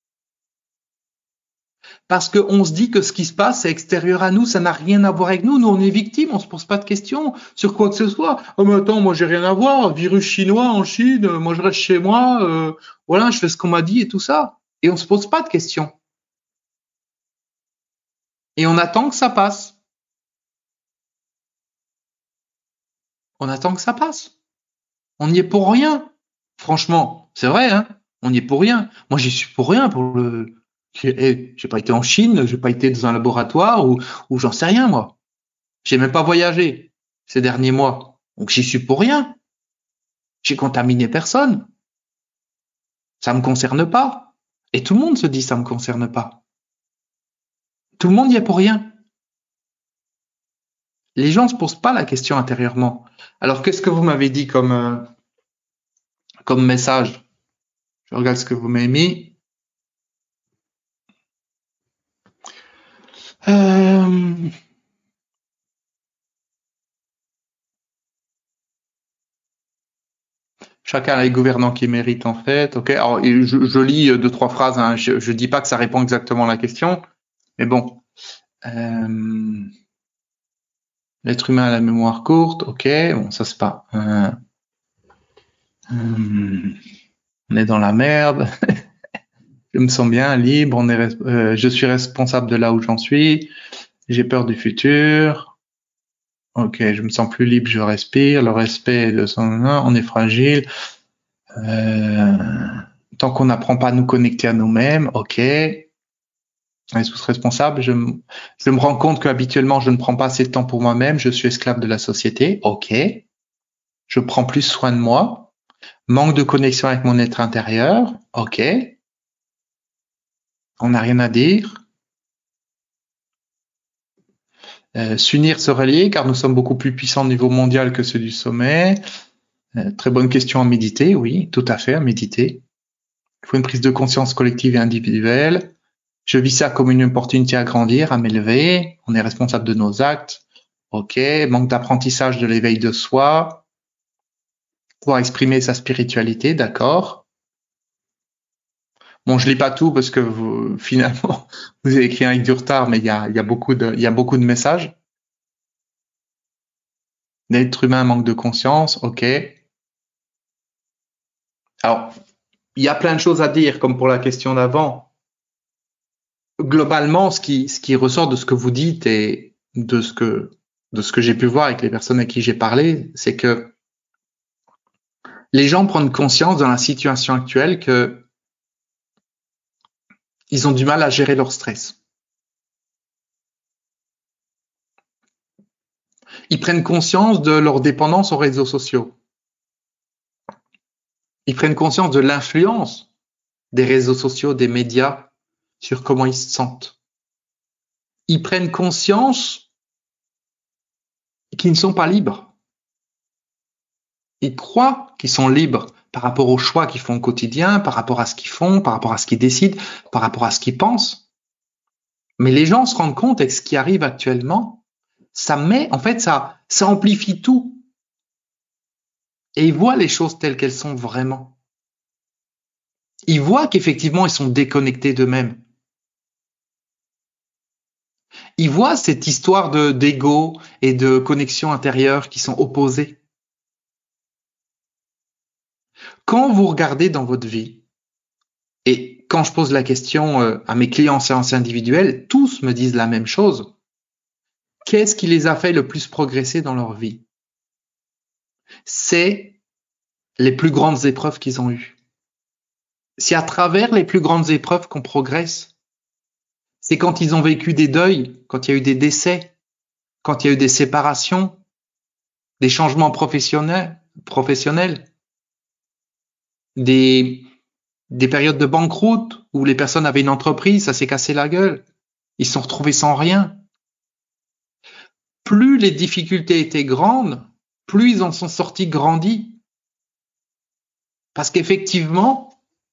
Parce qu'on se dit que ce qui se passe, c'est extérieur à nous, ça n'a rien à voir avec nous. Nous, on est victimes, on se pose pas de questions sur quoi que ce soit. Oh mais attends, moi j'ai rien à voir, virus chinois en Chine, moi je reste chez moi, euh, voilà, je fais ce qu'on m'a dit et tout ça. Et on se pose pas de questions. Et on attend que ça passe. On attend que ça passe. On n'y est pour rien. Franchement, c'est vrai, hein. On n'y est pour rien. Moi, j'y suis pour rien pour le. J'ai j'ai pas été en Chine, j'ai pas été dans un laboratoire ou, ou j'en sais rien, moi. J'ai même pas voyagé ces derniers mois. Donc, j'y suis pour rien. J'ai contaminé personne. Ça me concerne pas. Et tout le monde se dit ça me concerne pas. Tout le monde y est pour rien. Les gens ne se posent pas la question intérieurement. Alors, qu'est-ce que vous m'avez dit comme, euh, comme message? Je regarde ce que vous m'avez mis. Euh... Chacun a les gouvernants qui méritent en fait. Ok. Alors je, je lis deux trois phrases. Hein. Je, je dis pas que ça répond exactement à la question, mais bon. Euh... L'être humain a la mémoire courte. Ok. Bon, ça c'est pas. Euh... Euh... On est dans la merde. Je me sens bien libre. On est. Euh, je suis responsable de là où j'en suis. J'ai peur du futur. Ok. Je me sens plus libre. Je respire. Le respect de son. On est fragile. Euh... Tant qu'on n'apprend pas à nous connecter à nous-mêmes, ok. On est tous responsables. Je, me- je me rends compte qu'habituellement, je ne prends pas assez de temps pour moi-même. Je suis esclave de la société, ok. Je prends plus soin de moi. Manque de connexion avec mon être intérieur, ok. On n'a rien à dire. Euh, S'unir, se relier, car nous sommes beaucoup plus puissants au niveau mondial que ceux du sommet. Euh, très bonne question à méditer, oui, tout à fait, à méditer. Il faut une prise de conscience collective et individuelle. Je vis ça comme une opportunité à grandir, à m'élever. On est responsable de nos actes. Ok. Manque d'apprentissage de l'éveil de soi. Pouvoir exprimer sa spiritualité, d'accord. Bon, je lis pas tout parce que vous, finalement, vous avez écrit avec du retard, mais il y a, il y a beaucoup de, il y a beaucoup de messages. L'être humain manque de conscience, ok. Alors, il y a plein de choses à dire, comme pour la question d'avant. Globalement, ce qui, ce qui ressort de ce que vous dites et de ce que, de ce que j'ai pu voir avec les personnes à qui j'ai parlé, c'est que les gens prennent conscience dans la situation actuelle que ils ont du mal à gérer leur stress. Ils prennent conscience de leur dépendance aux réseaux sociaux. Ils prennent conscience de l'influence des réseaux sociaux, des médias sur comment ils se sentent. Ils prennent conscience qu'ils ne sont pas libres. Ils croient qu'ils sont libres par rapport aux choix qu'ils font au quotidien, par rapport à ce qu'ils font, par rapport à ce qu'ils décident, par rapport à ce qu'ils pensent. Mais les gens se rendent compte avec ce qui arrive actuellement, ça met, en fait, ça, ça amplifie tout. Et ils voient les choses telles qu'elles sont vraiment. Ils voient qu'effectivement, ils sont déconnectés d'eux-mêmes. Ils voient cette histoire de d'ego et de connexion intérieure qui sont opposées. Quand vous regardez dans votre vie, et quand je pose la question euh, à mes clients en séance individuelle, tous me disent la même chose. Qu'est-ce qui les a fait le plus progresser dans leur vie? C'est les plus grandes épreuves qu'ils ont eues. C'est à travers les plus grandes épreuves qu'on progresse. C'est quand ils ont vécu des deuils, quand il y a eu des décès, quand il y a eu des séparations, des changements professionnels, professionnels, des, des périodes de banqueroute où les personnes avaient une entreprise, ça s'est cassé la gueule, ils se sont retrouvés sans rien. Plus les difficultés étaient grandes, plus ils en sont sortis grandis. Parce qu'effectivement,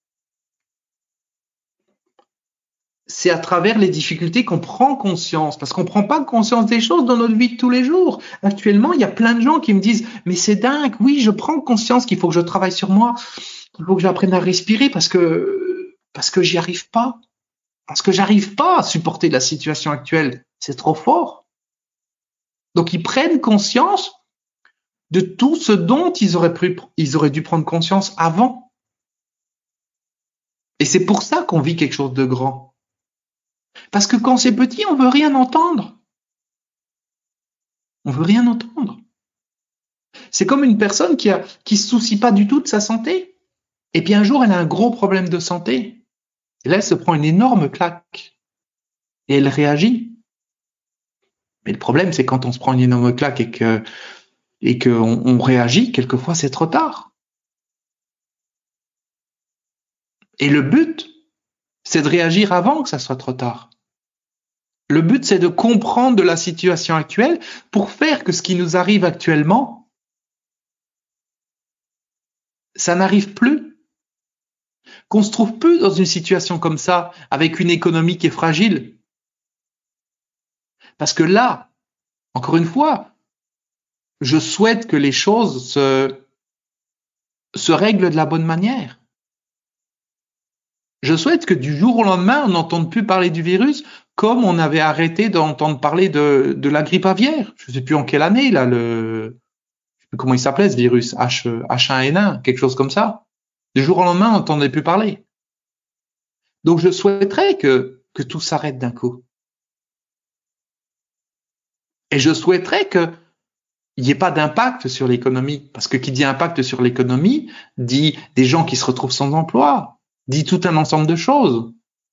c'est à travers les difficultés qu'on prend conscience, parce qu'on ne prend pas conscience des choses dans notre vie de tous les jours. Actuellement, il y a plein de gens qui me disent « Mais c'est dingue, oui, je prends conscience qu'il faut que je travaille sur moi, il faut que j'apprenne à respirer parce que, parce que j'y arrive pas, parce que j'arrive pas à supporter la situation actuelle, c'est trop fort. » Donc, ils prennent conscience de tout ce dont ils auraient, pu, ils auraient dû prendre conscience avant. Et c'est pour ça qu'on vit quelque chose de grand. Parce que quand c'est petit, on veut rien entendre. On veut rien entendre. C'est comme une personne qui a, qui se soucie pas du tout de sa santé. Et puis un jour, elle a un gros problème de santé. Et là, elle se prend une énorme claque. Et elle réagit. Mais le problème, c'est quand on se prend une énorme claque et que, et qu'on on réagit, quelquefois, c'est trop tard. Et le but, c'est de réagir avant que ça soit trop tard. Le but, c'est de comprendre de la situation actuelle pour faire que ce qui nous arrive actuellement, ça n'arrive plus. Qu'on se trouve plus dans une situation comme ça, avec une économie qui est fragile. Parce que là, encore une fois, je souhaite que les choses se, se règlent de la bonne manière. Je souhaite que du jour au lendemain, on n'entende plus parler du virus comme on avait arrêté d'entendre parler de, de la grippe aviaire. Je ne sais plus en quelle année, là, le, je sais plus comment il s'appelait ce virus, H, H un N un, quelque chose comme ça. Du jour au lendemain, on n'entendait plus parler. Donc, je souhaiterais que, que tout s'arrête d'un coup. Et je souhaiterais qu'il n'y ait pas d'impact sur l'économie. Parce que qui dit impact sur l'économie, dit des gens qui se retrouvent sans emploi, dit tout un ensemble de choses.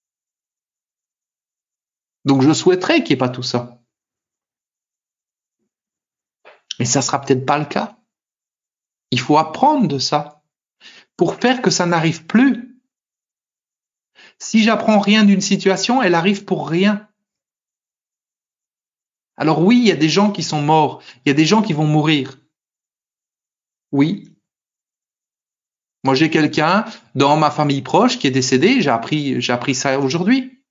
Donc, je souhaiterais qu'il n'y ait pas tout ça. Mais ça sera peut-être pas le cas. Il faut apprendre de ça pour faire que ça n'arrive plus. Si j'apprends rien d'une situation, elle arrive pour rien. Alors oui, il y a des gens qui sont morts, il y a des gens qui vont mourir. Oui. Moi, j'ai quelqu'un dans ma famille proche qui est décédé, j'ai appris, j'ai appris ça aujourd'hui.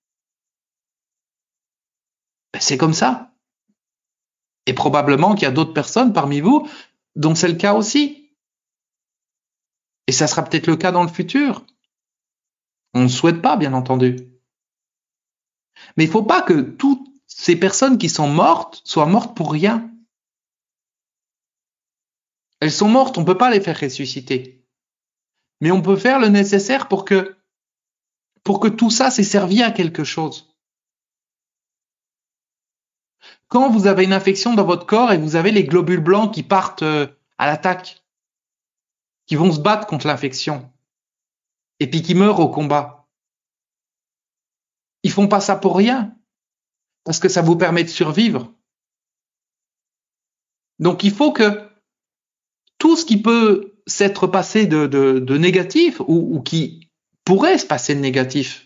Ben, c'est comme ça. Et probablement qu'il y a d'autres personnes parmi vous dont c'est le cas aussi. Et ça sera peut-être le cas dans le futur. On ne souhaite pas, bien entendu. Mais il ne faut pas que toutes ces personnes qui sont mortes soient mortes pour rien. Elles sont mortes, on ne peut pas les faire ressusciter. Mais on peut faire le nécessaire pour que, pour que tout ça s'est servi à quelque chose. Quand vous avez une infection dans votre corps et vous avez les globules blancs qui partent à l'attaque, qui vont se battre contre l'infection, et puis qui meurent au combat, ils font pas ça pour rien, parce que ça vous permet de survivre. Donc il faut que tout ce qui peut s'être passé de, de, de négatif ou, ou qui pourrait se passer de négatif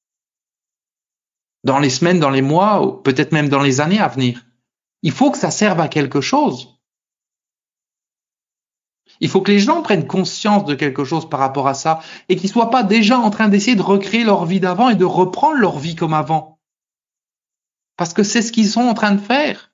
dans les semaines, dans les mois, ou peut-être même dans les années à venir, il faut que ça serve à quelque chose. Il faut que les gens prennent conscience de quelque chose par rapport à ça et qu'ils ne soient pas déjà en train d'essayer de recréer leur vie d'avant et de reprendre leur vie comme avant. Parce que c'est ce qu'ils sont en train de faire.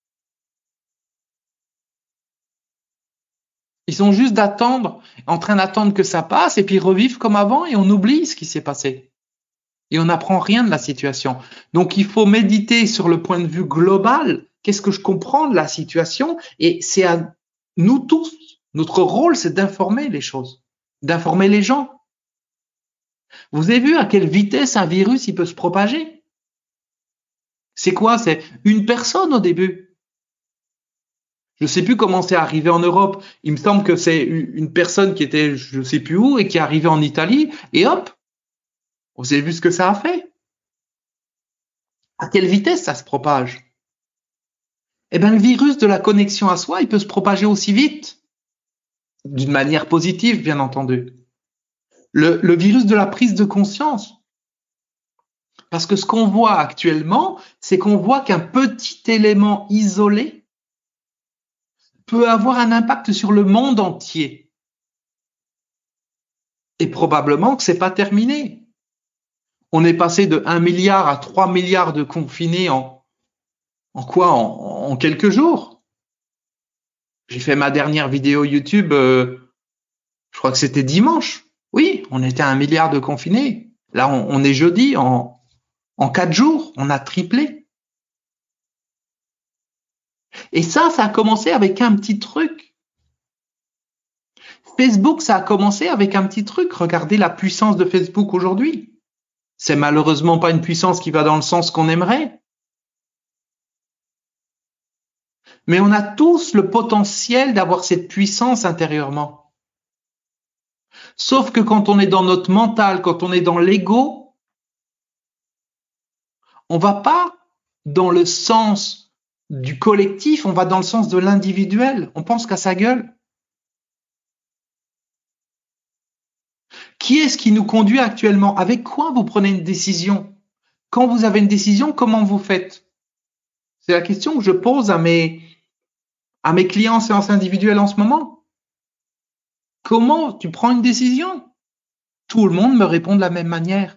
Ils sont juste d'attendre, en train d'attendre que ça passe et puis revivre comme avant et on oublie ce qui s'est passé. et on n'apprend rien de la situation. Donc, il faut méditer sur le point de vue global. Qu'est-ce que je comprends de la situation? Et c'est à nous tous, notre rôle, c'est d'informer les choses, d'informer les gens. Vous avez vu à quelle vitesse un virus il peut se propager? C'est quoi? C'est une personne au début. Je ne sais plus comment c'est arrivé en Europe. Il me semble que c'est une personne qui était je ne sais plus où et qui est arrivée en Italie et hop, vous avez vu ce que ça a fait? À quelle vitesse ça se propage? Eh bien, le virus de la connexion à soi, il peut se propager aussi vite, d'une manière positive, bien entendu. Le, le virus de la prise de conscience. Parce que ce qu'on voit actuellement, c'est qu'on voit qu'un petit élément isolé peut avoir un impact sur le monde entier. Et probablement que c'est pas terminé. On est passé de un milliard à trois milliards de confinés en, en quoi? En, en quelques jours. J'ai fait ma dernière vidéo YouTube, euh, je crois que c'était dimanche. Oui, on était à un milliard de confinés. Là, on, on est jeudi, en, en quatre jours, on a triplé. Et ça, ça a commencé avec un petit truc. Facebook, ça a commencé avec un petit truc. Regardez la puissance de Facebook aujourd'hui. C'est malheureusement pas une puissance qui va dans le sens qu'on aimerait. Mais on a tous le potentiel d'avoir cette puissance intérieurement. Sauf que quand on est dans notre mental, quand on est dans l'ego, on va pas dans le sens du collectif, on va dans le sens de l'individuel. On pense qu'à sa gueule. Qui est-ce qui nous conduit actuellement? Avec quoi vous prenez une décision? Quand vous avez une décision, comment vous faites? C'est la question que je pose à mes, à mes clients en séance individuelle en ce moment. Comment tu prends une décision? Tout le monde me répond de la même manière.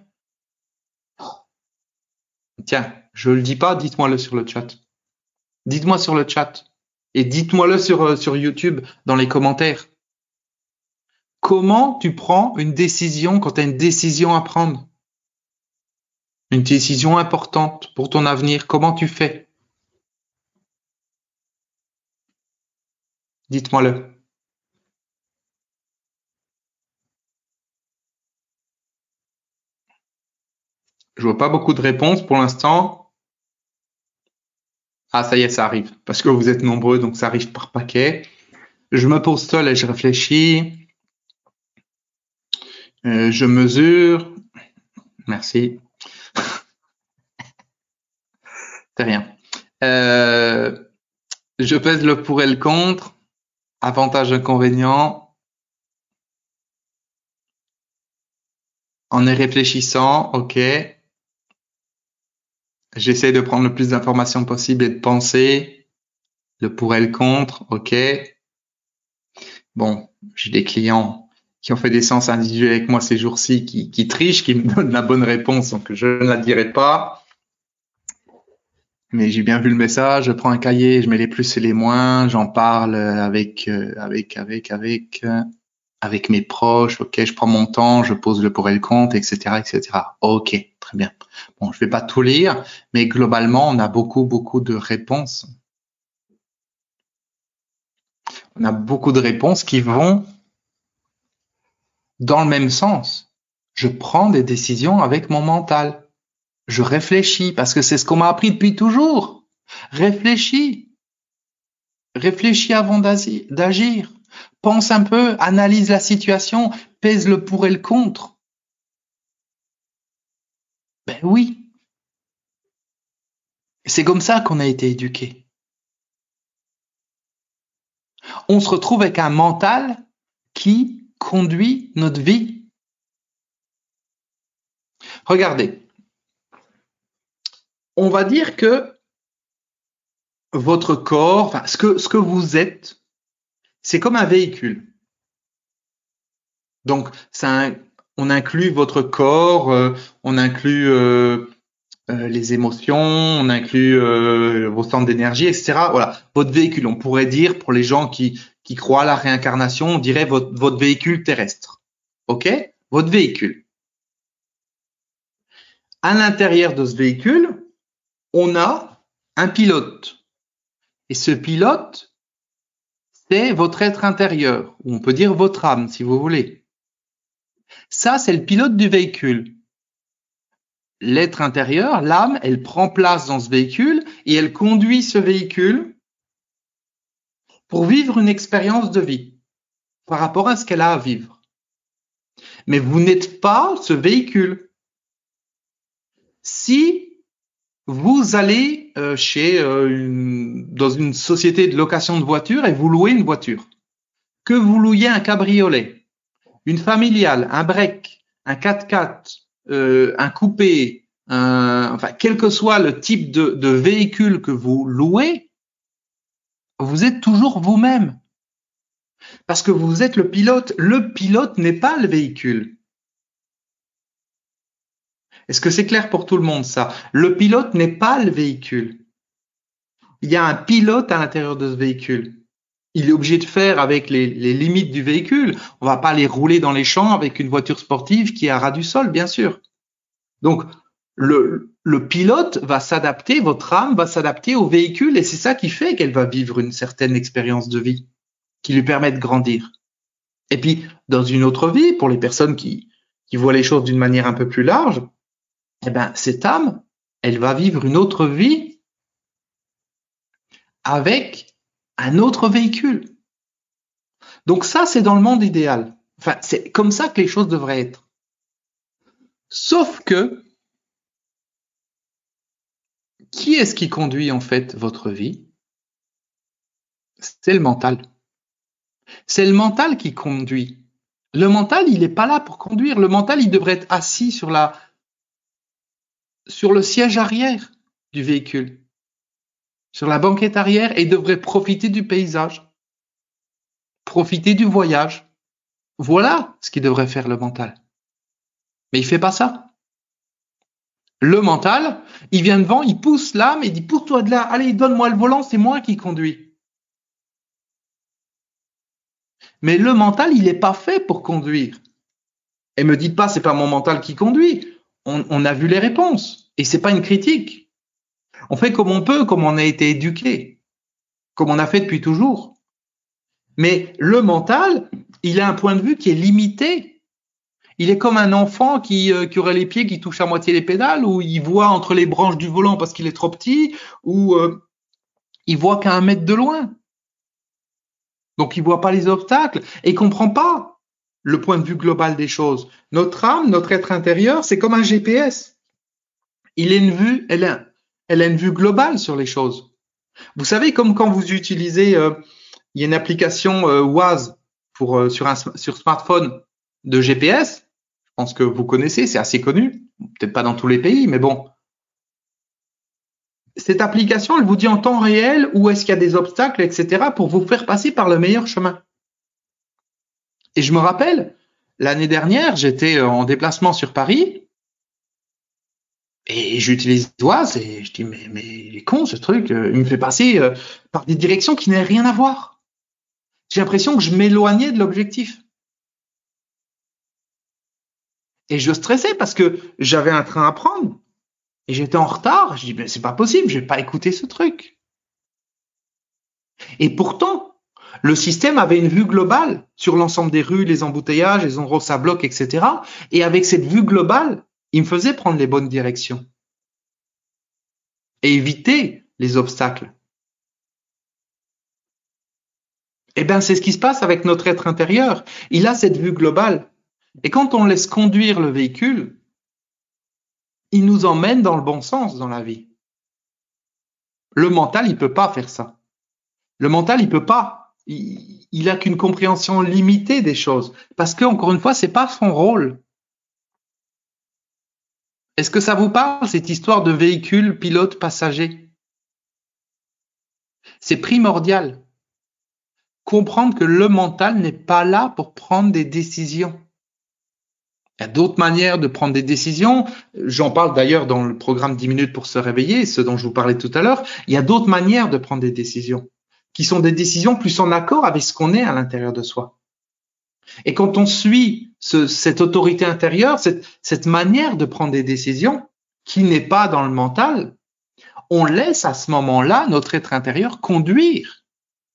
Tiens, je le dis pas, dites-moi-le sur le chat. Dites-moi sur le chat. Et dites-moi-le sur, sur YouTube, dans les commentaires. Comment tu prends une décision quand tu as une décision à prendre? Une décision importante pour ton avenir, comment tu fais? Dites-moi-le. Je vois pas beaucoup de réponses pour l'instant. Ah, ça y est, ça arrive. Parce que vous êtes nombreux, donc ça arrive par paquet. Je me pose seul et je réfléchis. Euh, je mesure. Merci. C'est rien. Euh, je pèse le pour et le contre. Avantages, inconvénients. En y réfléchissant, ok. J'essaie de prendre le plus d'informations possible et de penser. Le pour et le contre, ok. Bon, j'ai des clients qui ont fait des séances individuelles avec moi ces jours-ci, qui, qui trichent, qui me donnent la bonne réponse, donc je ne la dirai pas. Mais j'ai bien vu le message, je prends un cahier, je mets les plus et les moins, j'en parle avec, euh, avec, avec, avec, euh, avec mes proches, ok, je prends mon temps, je pose le pour et le contre, et cetera, et cetera. Ok, très bien. Bon, je vais pas tout lire, mais globalement, on a beaucoup, beaucoup de réponses. On a beaucoup de réponses qui vont dans le même sens. Je prends des décisions avec mon mental. Je réfléchis parce que c'est ce qu'on m'a appris depuis toujours. Réfléchis. Réfléchis avant d'agir. Pense un peu, analyse la situation, pèse le pour et le contre. Ben oui. C'est comme ça qu'on a été éduqués. On se retrouve avec un mental qui conduit notre vie. Regardez. On va dire que votre corps, enfin, ce que, ce que vous êtes, c'est comme un véhicule. Donc, ça, on inclut votre corps, euh, on inclut euh, euh, les émotions, on inclut euh, vos centres d'énergie, et cetera. Voilà, votre véhicule. On pourrait dire, pour les gens qui, qui croient à la réincarnation, on dirait votre, votre véhicule terrestre. OK? Votre véhicule. à l'intérieur de ce véhicule, on a un pilote. Et ce pilote, c'est votre être intérieur, ou on peut dire votre âme, si vous voulez. Ça, c'est le pilote du véhicule. L'être intérieur, l'âme, elle prend place dans ce véhicule et elle conduit ce véhicule pour vivre une expérience de vie par rapport à ce qu'elle a à vivre. Mais vous n'êtes pas ce véhicule. Si vous allez euh, chez euh, une, dans une société de location de voitures et vous louez une voiture, que vous louiez un cabriolet, une familiale, un break, un quatre-quatre, euh, un coupé, un, enfin quel que soit le type de, de véhicule que vous louez, vous êtes toujours vous-même. Parce que vous êtes le pilote. Le pilote n'est pas le véhicule. Est-ce que c'est clair pour tout le monde ça? Le pilote n'est pas le véhicule. Il y a un pilote à l'intérieur de ce véhicule. Il est obligé de faire avec les, les limites du véhicule. On va pas aller rouler dans les champs avec une voiture sportive qui est à ras du sol, bien sûr. Donc, le, le pilote va s'adapter, votre âme va s'adapter au véhicule et c'est ça qui fait qu'elle va vivre une certaine expérience de vie qui lui permet de grandir. Et puis, dans une autre vie, pour les personnes qui, qui voient les choses d'une manière un peu plus large, eh ben, cette âme, elle va vivre une autre vie avec un autre véhicule. Donc ça, c'est dans le monde idéal. Enfin, c'est comme ça que les choses devraient être. Sauf que, qui est-ce qui conduit en fait votre vie? C'est le mental. C'est le mental qui conduit. Le mental, il n'est pas là pour conduire. Le mental, il devrait être assis sur la, sur le siège arrière du véhicule, sur la banquette arrière, et il devrait profiter du paysage, profiter du voyage. Voilà ce qu'il devrait faire le mental. Mais il fait pas ça. Le mental, il vient devant, il pousse l'âme et il dit « pousse-toi de là, allez, donne-moi le volant, c'est moi qui conduis ». Mais le mental, il n'est pas fait pour conduire. Et me dites pas, c'est pas mon mental qui conduit. On, on a vu les réponses. Et c'est pas une critique. On fait comme on peut, comme on a été éduqué, comme on a fait depuis toujours. Mais le mental, il a un point de vue qui est limité. Il est comme un enfant qui, euh, qui aurait les pieds qui touchent à moitié les pédales, ou il voit entre les branches du volant parce qu'il est trop petit, ou euh, il voit qu'à un mètre de loin. Donc, il voit pas les obstacles et il comprend pas le point de vue global des choses. Notre âme, notre être intérieur, c'est comme un G P S. Il a une vue, elle a, elle a une vue globale sur les choses. Vous savez, comme quand vous utilisez, euh, il y a une application euh, Waze pour euh, sur un sur smartphone de G P S. Je pense que vous connaissez, c'est assez connu. Peut-être pas dans tous les pays, mais bon. Cette application, elle vous dit en temps réel où est-ce qu'il y a des obstacles, et cetera, pour vous faire passer par le meilleur chemin. Et je me rappelle, l'année dernière, j'étais en déplacement sur Paris et j'utilise Waze et je dis mais mais il est con ce truc, il me fait passer par des directions qui n'avaient rien à voir. J'ai l'impression que je m'éloignais de l'objectif. Et je stressais parce que j'avais un train à prendre. Et j'étais en retard, je dis, mais c'est pas possible, je vais pas écouter ce truc. Et pourtant, le système avait une vue globale sur l'ensemble des rues, les embouteillages, les endroits où ça bloque, et cetera. Et avec cette vue globale, il me faisait prendre les bonnes directions. Et éviter les obstacles. Eh bien, c'est ce qui se passe avec notre être intérieur. Il a cette vue globale. Et quand on laisse conduire le véhicule, il nous emmène dans le bon sens dans la vie. Le mental, il peut pas faire ça. Le mental, il peut pas. Il, il a qu'une compréhension limitée des choses. Parce que, encore une fois, c'est pas son rôle. Est-ce que ça vous parle, cette histoire de véhicule, pilote, passager? C'est primordial. Comprendre que le mental n'est pas là pour prendre des décisions. Il y a d'autres manières de prendre des décisions. J'en parle d'ailleurs dans le programme dix minutes pour se réveiller, ce dont je vous parlais tout à l'heure. Il y a d'autres manières de prendre des décisions, qui sont des décisions plus en accord avec ce qu'on est à l'intérieur de soi. Et quand on suit ce, cette autorité intérieure, cette, cette manière de prendre des décisions, qui n'est pas dans le mental, on laisse à ce moment-là notre être intérieur conduire.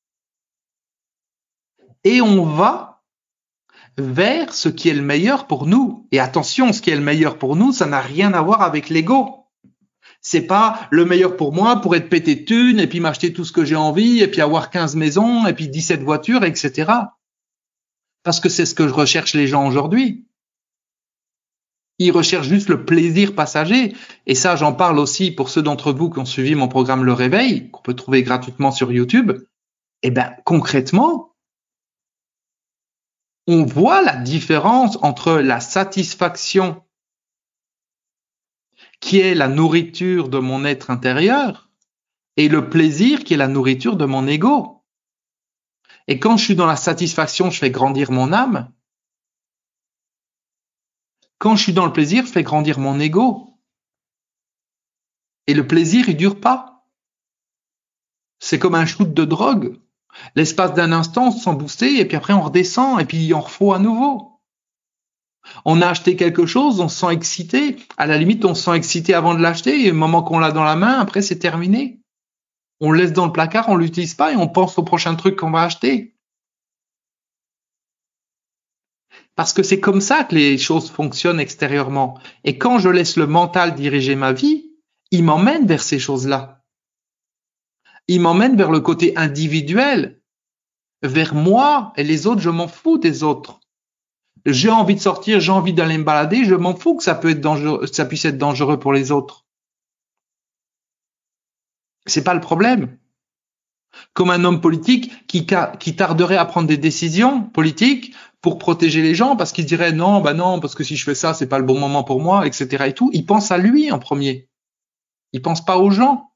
Et on va vers ce qui est le meilleur pour nous. Et attention, ce qui est le meilleur pour nous, ça n'a rien à voir avec l'ego. C'est pas le meilleur pour moi pour être pété de thunes et puis m'acheter tout ce que j'ai envie et puis avoir quinze maisons et puis dix-sept voitures, et cetera. Parce que c'est ce que je recherche les gens aujourd'hui. Ils recherchent juste le plaisir passager. Et ça, j'en parle aussi pour ceux d'entre vous qui ont suivi mon programme Le Réveil, qu'on peut trouver gratuitement sur YouTube. Eh ben, concrètement, on voit la différence entre la satisfaction qui est la nourriture de mon être intérieur et le plaisir qui est la nourriture de mon ego. Et quand je suis dans la satisfaction, je fais grandir mon âme. Quand je suis dans le plaisir, je fais grandir mon ego. Et le plaisir, il dure pas. C'est comme un shoot de drogue. L'espace d'un instant, on se sent boosté et puis après on redescend et puis on refait à nouveau. On a acheté quelque chose, on se sent excité. À la limite, on se sent excité avant de l'acheter et au moment qu'on l'a dans la main, après c'est terminé. On le laisse dans le placard, on l'utilise pas et on pense au prochain truc qu'on va acheter. Parce que c'est comme ça que les choses fonctionnent extérieurement. Et quand je laisse le mental diriger ma vie, il m'emmène vers ces choses-là. Il m'emmène vers le côté individuel, vers moi et les autres, je m'en fous des autres. J'ai envie de sortir, j'ai envie d'aller me balader, je m'en fous que ça peut être dangereux, ça puisse être dangereux pour les autres. C'est pas le problème. Comme un homme politique qui, qui tarderait à prendre des décisions politiques pour protéger les gens parce qu'il dirait non, bah non, parce que si je fais ça, c'est pas le bon moment pour moi, et cetera et tout. Il pense à lui en premier. Il pense pas aux gens.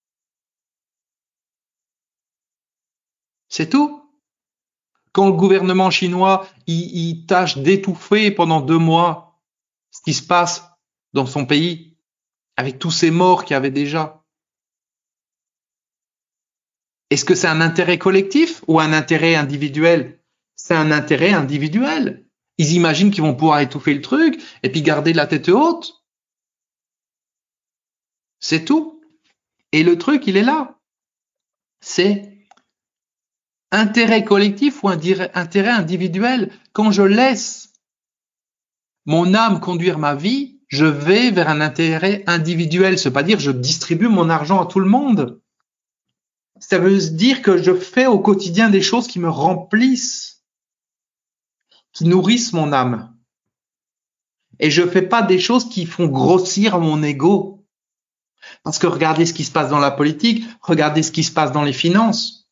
C'est tout. Quand le gouvernement chinois, il, il tâche d'étouffer pendant deux mois ce qui se passe dans son pays, avec tous ces morts qu'il y avait déjà. Est-ce que c'est un intérêt collectif ou un intérêt individuel? C'est un intérêt individuel. Ils imaginent qu'ils vont pouvoir étouffer le truc et puis garder la tête haute. C'est tout. Et le truc, il est là. C'est intérêt collectif ou intérêt individuel. Quand je laisse mon âme conduire ma vie, je vais vers un intérêt individuel. Ça veut pas dire que je distribue mon argent à tout le monde. Ça veut dire que je fais au quotidien des choses qui me remplissent, qui nourrissent mon âme. Et je fais pas des choses qui font grossir mon ego. Parce que regardez ce qui se passe dans la politique, regardez ce qui se passe dans les finances.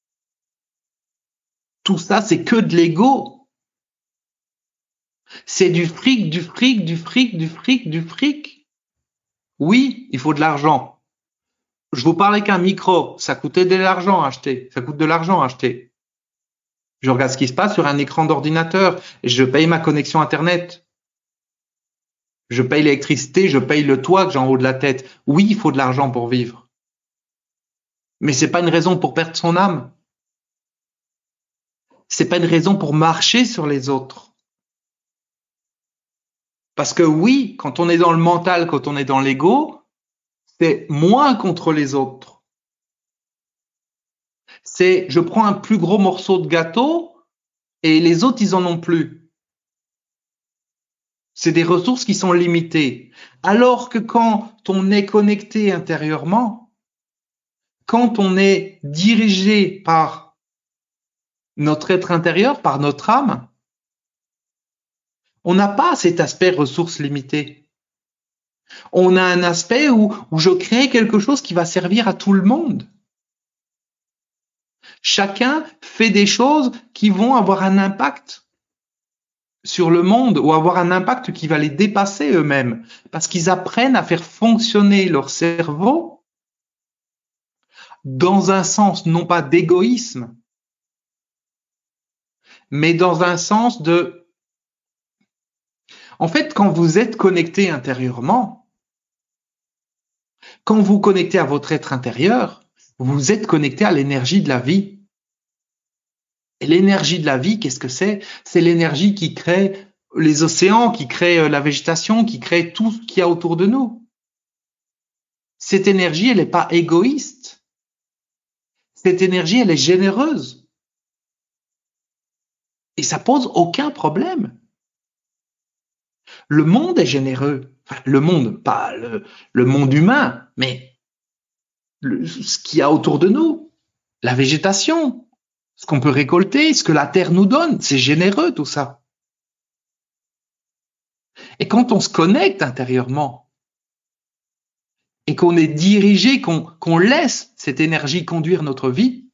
Tout ça, c'est que de l'ego. C'est du fric, du fric, du fric, du fric, du fric. Oui, il faut de l'argent. Je vous parlais qu'un micro, ça coûtait de l'argent à acheter. Ça coûte de l'argent à acheter. Je regarde ce qui se passe sur un écran d'ordinateur et je paye ma connexion Internet. Je paye l'électricité, je paye le toit que j'ai en haut de la tête. Oui, il faut de l'argent pour vivre. Mais c'est pas une raison pour perdre son âme. C'est pas une raison pour marcher sur les autres. Parce que oui, quand on est dans le mental, quand on est dans l'ego, c'est moi contre les autres. C'est je prends un plus gros morceau de gâteau et les autres, ils en ont plus. C'est des ressources qui sont limitées. Alors que quand on est connecté intérieurement, quand on est dirigé par notre être intérieur, par notre âme, on n'a pas cet aspect ressources limitées. On a un aspect où, où je crée quelque chose qui va servir à tout le monde. Chacun fait des choses qui vont avoir un impact sur le monde ou avoir un impact qui va les dépasser eux-mêmes parce qu'ils apprennent à faire fonctionner leur cerveau dans un sens non pas d'égoïsme, mais dans un sens de... En fait, quand vous êtes connecté intérieurement, quand vous connectez à votre être intérieur, vous êtes connecté à l'énergie de la vie. Et l'énergie de la vie, qu'est-ce que c'est? C'est l'énergie qui crée les océans, qui crée la végétation, qui crée tout ce qu'il y a autour de nous. Cette énergie, elle n'est pas égoïste. Cette énergie, elle est généreuse. Et ça pose aucun problème. Le monde est généreux. Enfin, le monde, pas le, le monde humain, mais le, ce qu'il y a autour de nous. La végétation, ce qu'on peut récolter, ce que la terre nous donne. C'est généreux tout ça. Et quand on se connecte intérieurement et qu'on est dirigé, qu'on qu'on laisse cette énergie conduire notre vie,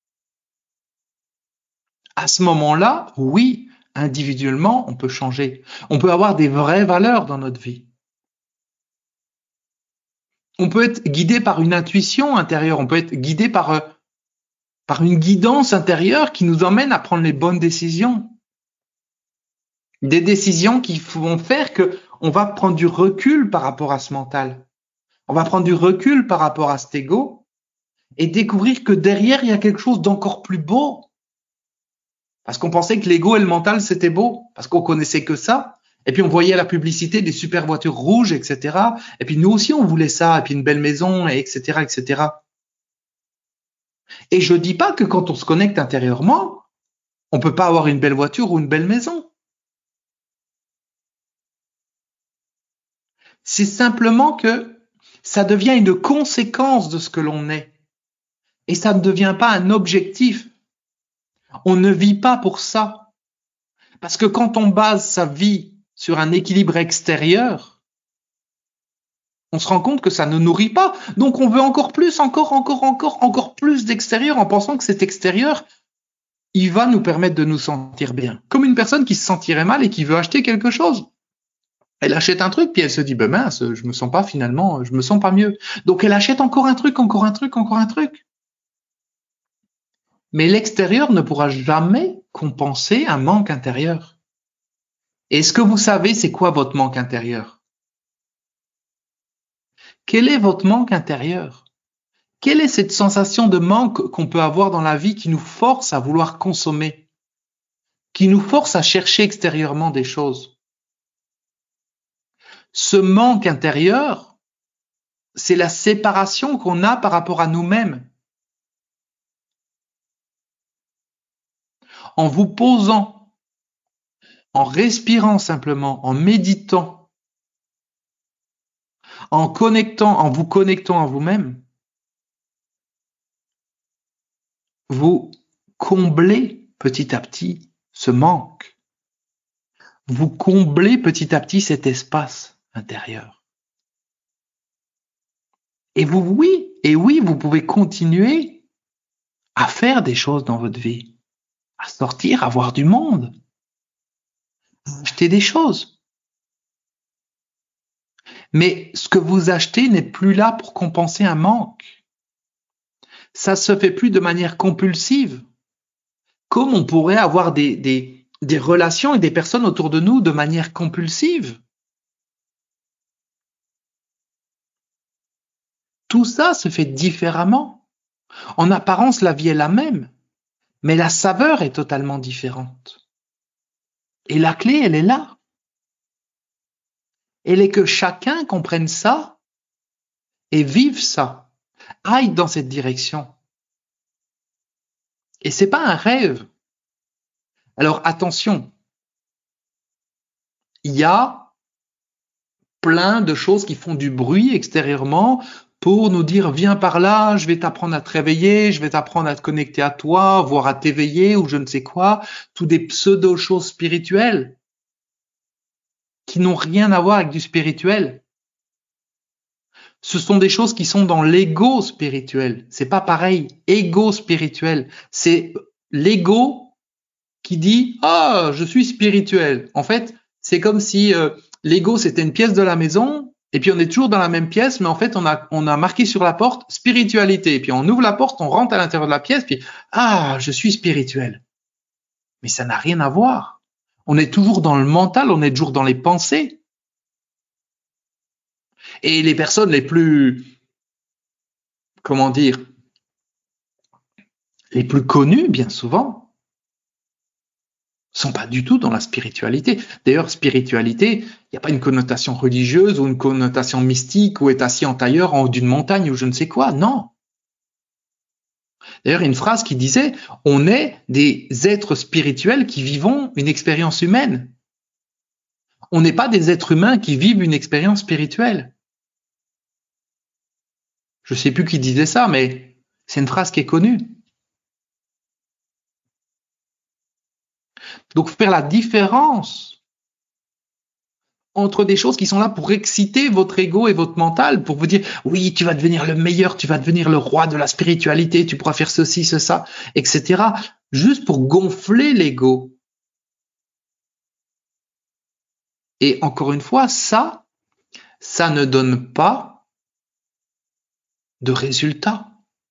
à ce moment-là, oui, individuellement, on peut changer. On peut avoir des vraies valeurs dans notre vie. On peut être guidé par une intuition intérieure, on peut être guidé par, euh, par une guidance intérieure qui nous emmène à prendre les bonnes décisions. Des décisions qui vont faire que on va prendre du recul par rapport à ce mental. On va prendre du recul par rapport à cet ego et découvrir que derrière, il y a quelque chose d'encore plus beau. Parce qu'on pensait que l'ego et le mental, c'était beau, parce qu'on connaissait que ça. Et puis on voyait la publicité des super voitures rouges, et cetera. Et puis nous aussi, on voulait ça, et puis une belle maison, et etc., et cetera. Et je dis pas que quand on se connecte intérieurement, on peut pas avoir une belle voiture ou une belle maison. C'est simplement que ça devient une conséquence de ce que l'on est. Et ça ne devient pas un objectif. On ne vit pas pour ça. Parce que quand on base sa vie sur un équilibre extérieur, on se rend compte que ça ne nourrit pas. Donc on veut encore plus, encore, encore, encore, encore plus d'extérieur en pensant que cet extérieur, il va nous permettre de nous sentir bien. Comme une personne qui se sentirait mal et qui veut acheter quelque chose. Elle achète un truc, puis elle se dit, ben mince, je me sens pas finalement, je me sens pas mieux. Donc elle achète encore un truc, encore un truc, encore un truc. Mais l'extérieur ne pourra jamais compenser un manque intérieur. Est-ce que vous savez c'est quoi votre manque intérieur? Quel est votre manque intérieur? Quelle est cette sensation de manque qu'on peut avoir dans la vie qui nous force à vouloir consommer, qui nous force à chercher extérieurement des choses? Ce manque intérieur, c'est la séparation qu'on a par rapport à nous-mêmes. En vous posant, en respirant simplement, en méditant, en connectant, en vous connectant à vous-même, vous comblez petit à petit ce manque. Vous comblez petit à petit cet espace intérieur. Et vous, oui, et oui, vous pouvez continuer à faire des choses dans votre vie, à sortir, à voir du monde, à acheter des choses. Mais ce que vous achetez n'est plus là pour compenser un manque. Ça se fait plus de manière compulsive, comme on pourrait avoir des, des, des relations et des personnes autour de nous de manière compulsive. Tout ça se fait différemment. En apparence, la vie est la même, mais la saveur est totalement différente. Et la clé, elle est là. Elle est que chacun comprenne ça et vive ça, aille dans cette direction. Et c'est pas un rêve. Alors attention, il y a plein de choses qui font du bruit extérieurement pour nous dire viens par là, je vais t'apprendre à te réveiller, je vais t'apprendre à te connecter à toi, voire à t'éveiller ou je ne sais quoi, tous des pseudo-choses spirituelles qui n'ont rien à voir avec du spirituel. Ce sont des choses qui sont dans l'ego spirituel. C'est pas pareil. Ego spirituel. C'est l'ego qui dit, ah, je suis spirituel. En fait, c'est comme si euh, l'ego, c'était une pièce de la maison, et puis on est toujours dans la même pièce, mais en fait, on a, on a marqué sur la porte spiritualité. Et puis on ouvre la porte, on rentre à l'intérieur de la pièce, puis, ah, je suis spirituel. Mais ça n'a rien à voir. On est toujours dans le mental, on est toujours dans les pensées. Et les personnes les plus, comment dire, les plus connues, bien souvent, sont pas du tout dans la spiritualité. D'ailleurs, spiritualité, il n'y a pas une connotation religieuse ou une connotation mystique ou est assis en tailleur en haut d'une montagne ou je ne sais quoi. Non. D'ailleurs, il y a une phrase qui disait « On est des êtres spirituels qui vivons une expérience humaine. On n'est pas des êtres humains qui vivent une expérience spirituelle. » Je ne sais plus qui disait ça, mais c'est une phrase qui est connue. Donc, faire la différence entre des choses qui sont là pour exciter votre ego et votre mental, pour vous dire « Oui, tu vas devenir le meilleur, tu vas devenir le roi de la spiritualité, tu pourras faire ceci, ce, ça, et cetera » juste pour gonfler l'ego. Et encore une fois, ça, ça ne donne pas de résultats.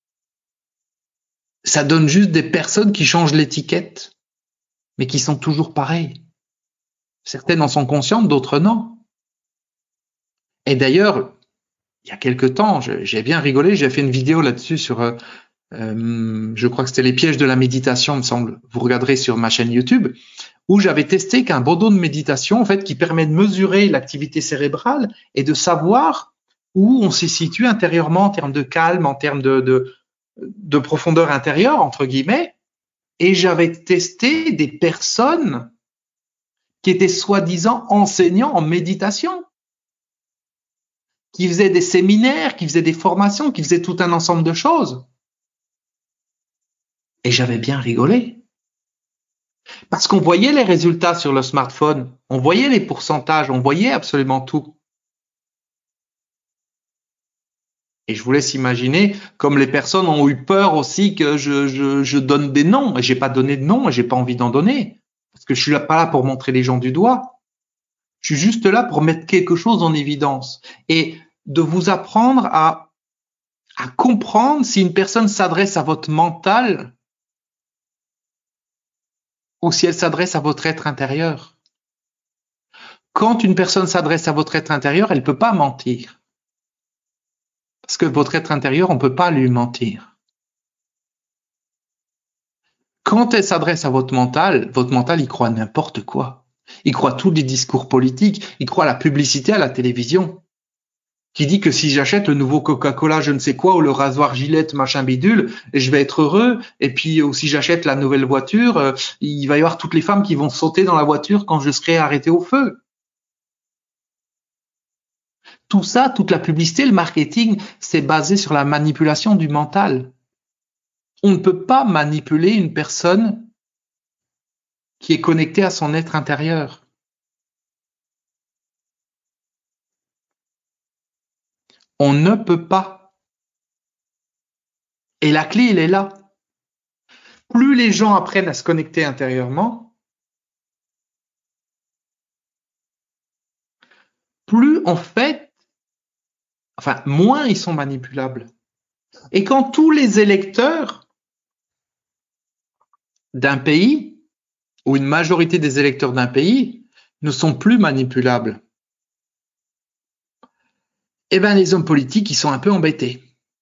Ça donne juste des personnes qui changent l'étiquette, mais qui sont toujours pareilles. Certaines en sont conscientes, d'autres non. Et d'ailleurs, il y a quelque temps, j'ai bien rigolé, j'ai fait une vidéo là-dessus sur, euh, euh, je crois que c'était les pièges de la méditation, me semble. Vous regarderez sur ma chaîne YouTube, où j'avais testé qu'un bandeau de méditation, en fait, qui permet de mesurer l'activité cérébrale et de savoir où on s'y situe intérieurement en termes de calme, en termes de, de, de profondeur intérieure, entre guillemets. Et j'avais testé des personnes qui étaient soi-disant enseignants en méditation, qui faisaient des séminaires, qui faisaient des formations, qui faisaient tout un ensemble de choses. Et j'avais bien rigolé. Parce qu'on voyait les résultats sur le smartphone, on voyait les pourcentages, on voyait absolument tout. Et je vous laisse imaginer comme les personnes ont eu peur aussi que je, je, je donne des noms. Et j'ai pas donné de noms et j'ai pas envie d'en donner. Parce que je suis là, pas là pour montrer les gens du doigt. Je suis juste là pour mettre quelque chose en évidence. Et de vous apprendre à, à comprendre si une personne s'adresse à votre mental ou si elle s'adresse à votre être intérieur. Quand une personne s'adresse à votre être intérieur, elle ne peut pas mentir. Parce que votre être intérieur, on ne peut pas lui mentir. Quand elle s'adresse à votre mental, votre mental, il croit n'importe quoi. Il croit tous les discours politiques, il croit à la publicité à la télévision, qui dit que si j'achète le nouveau Coca-Cola, je ne sais quoi, ou le rasoir Gillette, machin bidule, je vais être heureux. Et puis, ou si j'achète la nouvelle voiture, euh, il va y avoir toutes les femmes qui vont sauter dans la voiture quand je serai arrêté au feu. Tout ça, toute la publicité, le marketing, c'est basé sur la manipulation du mental. On ne peut pas manipuler une personne qui est connectée à son être intérieur. On ne peut pas. Et la clé, elle est là. Plus les gens apprennent à se connecter intérieurement, plus en fait, enfin, moins ils sont manipulables. Et quand tous les électeurs d'un pays, ou une majorité des électeurs d'un pays, ne sont plus manipulables, eh bien, les hommes politiques, ils sont un peu embêtés.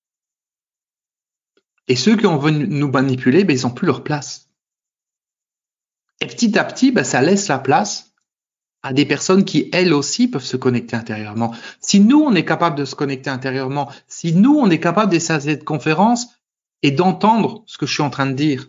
Et ceux qui ont voulu nous manipuler, ben, ils n'ont plus leur place. Et petit à petit, ben, ça laisse la place à des personnes qui, elles aussi, peuvent se connecter intérieurement. Si nous, on est capable de se connecter intérieurement, si nous, on est capable d'essayer cette conférence et d'entendre ce que je suis en train de dire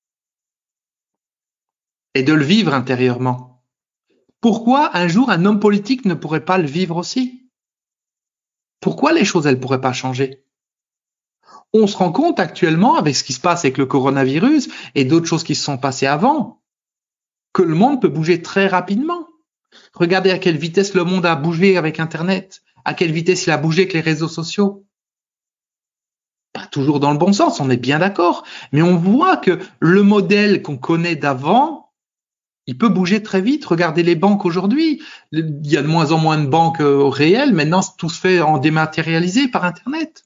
et de le vivre intérieurement, pourquoi un jour un homme politique ne pourrait pas le vivre aussi? Pourquoi les choses, elles ne pourraient pas changer? On se rend compte actuellement, avec ce qui se passe avec le coronavirus et d'autres choses qui se sont passées avant, que le monde peut bouger très rapidement. Regardez à quelle vitesse le monde a bougé avec Internet, à quelle vitesse il a bougé avec les réseaux sociaux. Pas toujours dans le bon sens, on est bien d'accord, mais on voit que le modèle qu'on connaît d'avant, il peut bouger très vite. Regardez les banques aujourd'hui. Il y a de moins en moins de banques réelles. Maintenant, tout se fait en dématérialisé par Internet.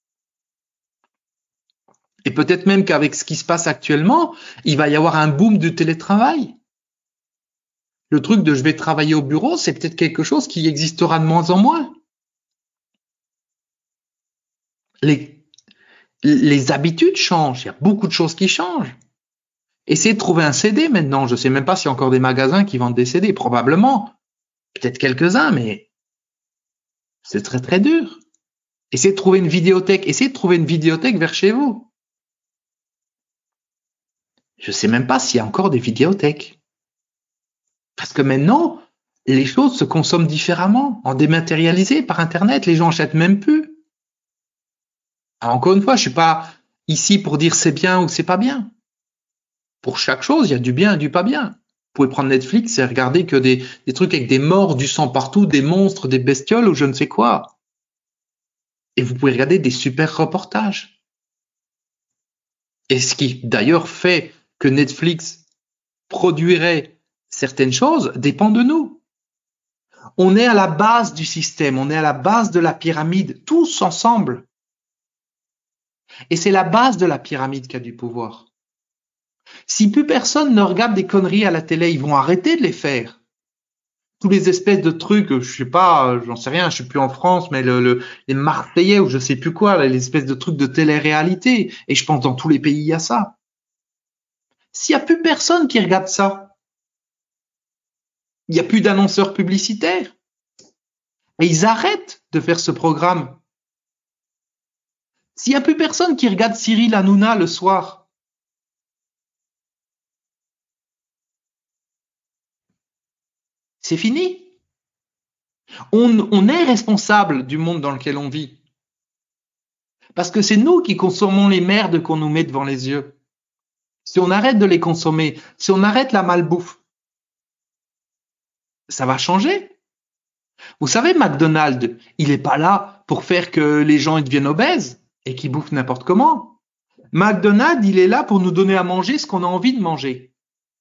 Et peut-être même qu'avec ce qui se passe actuellement, il va y avoir un boom du télétravail. Le truc de je vais travailler au bureau, c'est peut-être quelque chose qui existera de moins en moins. Les, les habitudes changent. Il y a beaucoup de choses qui changent. Essayez de trouver un C D maintenant. Je sais même pas s'il y a encore des magasins qui vendent des C D. Probablement. Peut-être quelques-uns, mais c'est très très dur. Essayez de trouver une vidéothèque. Essayez de trouver une vidéothèque vers chez vous. Je sais même pas s'il y a encore des vidéothèques. Parce que maintenant, les choses se consomment différemment, en dématérialisé par Internet. Les gens achètent même plus. Alors, encore une fois, je suis pas ici pour dire c'est bien ou c'est pas bien. Pour chaque chose, il y a du bien et du pas bien. Vous pouvez prendre Netflix et regarder que des, des trucs avec des morts, du sang partout, des monstres, des bestioles ou je ne sais quoi. Et vous pouvez regarder des super reportages. Et ce qui d'ailleurs fait que Netflix produirait certaines choses dépend de nous. On est à la base du système, on est à la base de la pyramide, tous ensemble. Et c'est la base de la pyramide qui a du pouvoir. Si plus personne ne regarde des conneries à la télé, ils vont arrêter de les faire. Tous les espèces de trucs, je sais pas, j'en sais rien, je suis plus en France, mais le, le, les Marseillais ou je sais plus quoi, là, les espèces de trucs de télé-réalité. Et je pense dans tous les pays, il y a ça. S'il y a plus personne qui regarde ça, il y a plus d'annonceurs publicitaires. Et ils arrêtent de faire ce programme. S'il y a plus personne qui regarde Cyril Hanouna le soir, c'est fini. On, on est responsable du monde dans lequel on vit. Parce que c'est nous qui consommons les merdes qu'on nous met devant les yeux. Si on arrête de les consommer, si on arrête la malbouffe, ça va changer. Vous savez, McDonald's, il n'est pas là pour faire que les gens ils deviennent obèses et qu'ils bouffent n'importe comment. McDonald's, il est là pour nous donner à manger ce qu'on a envie de manger.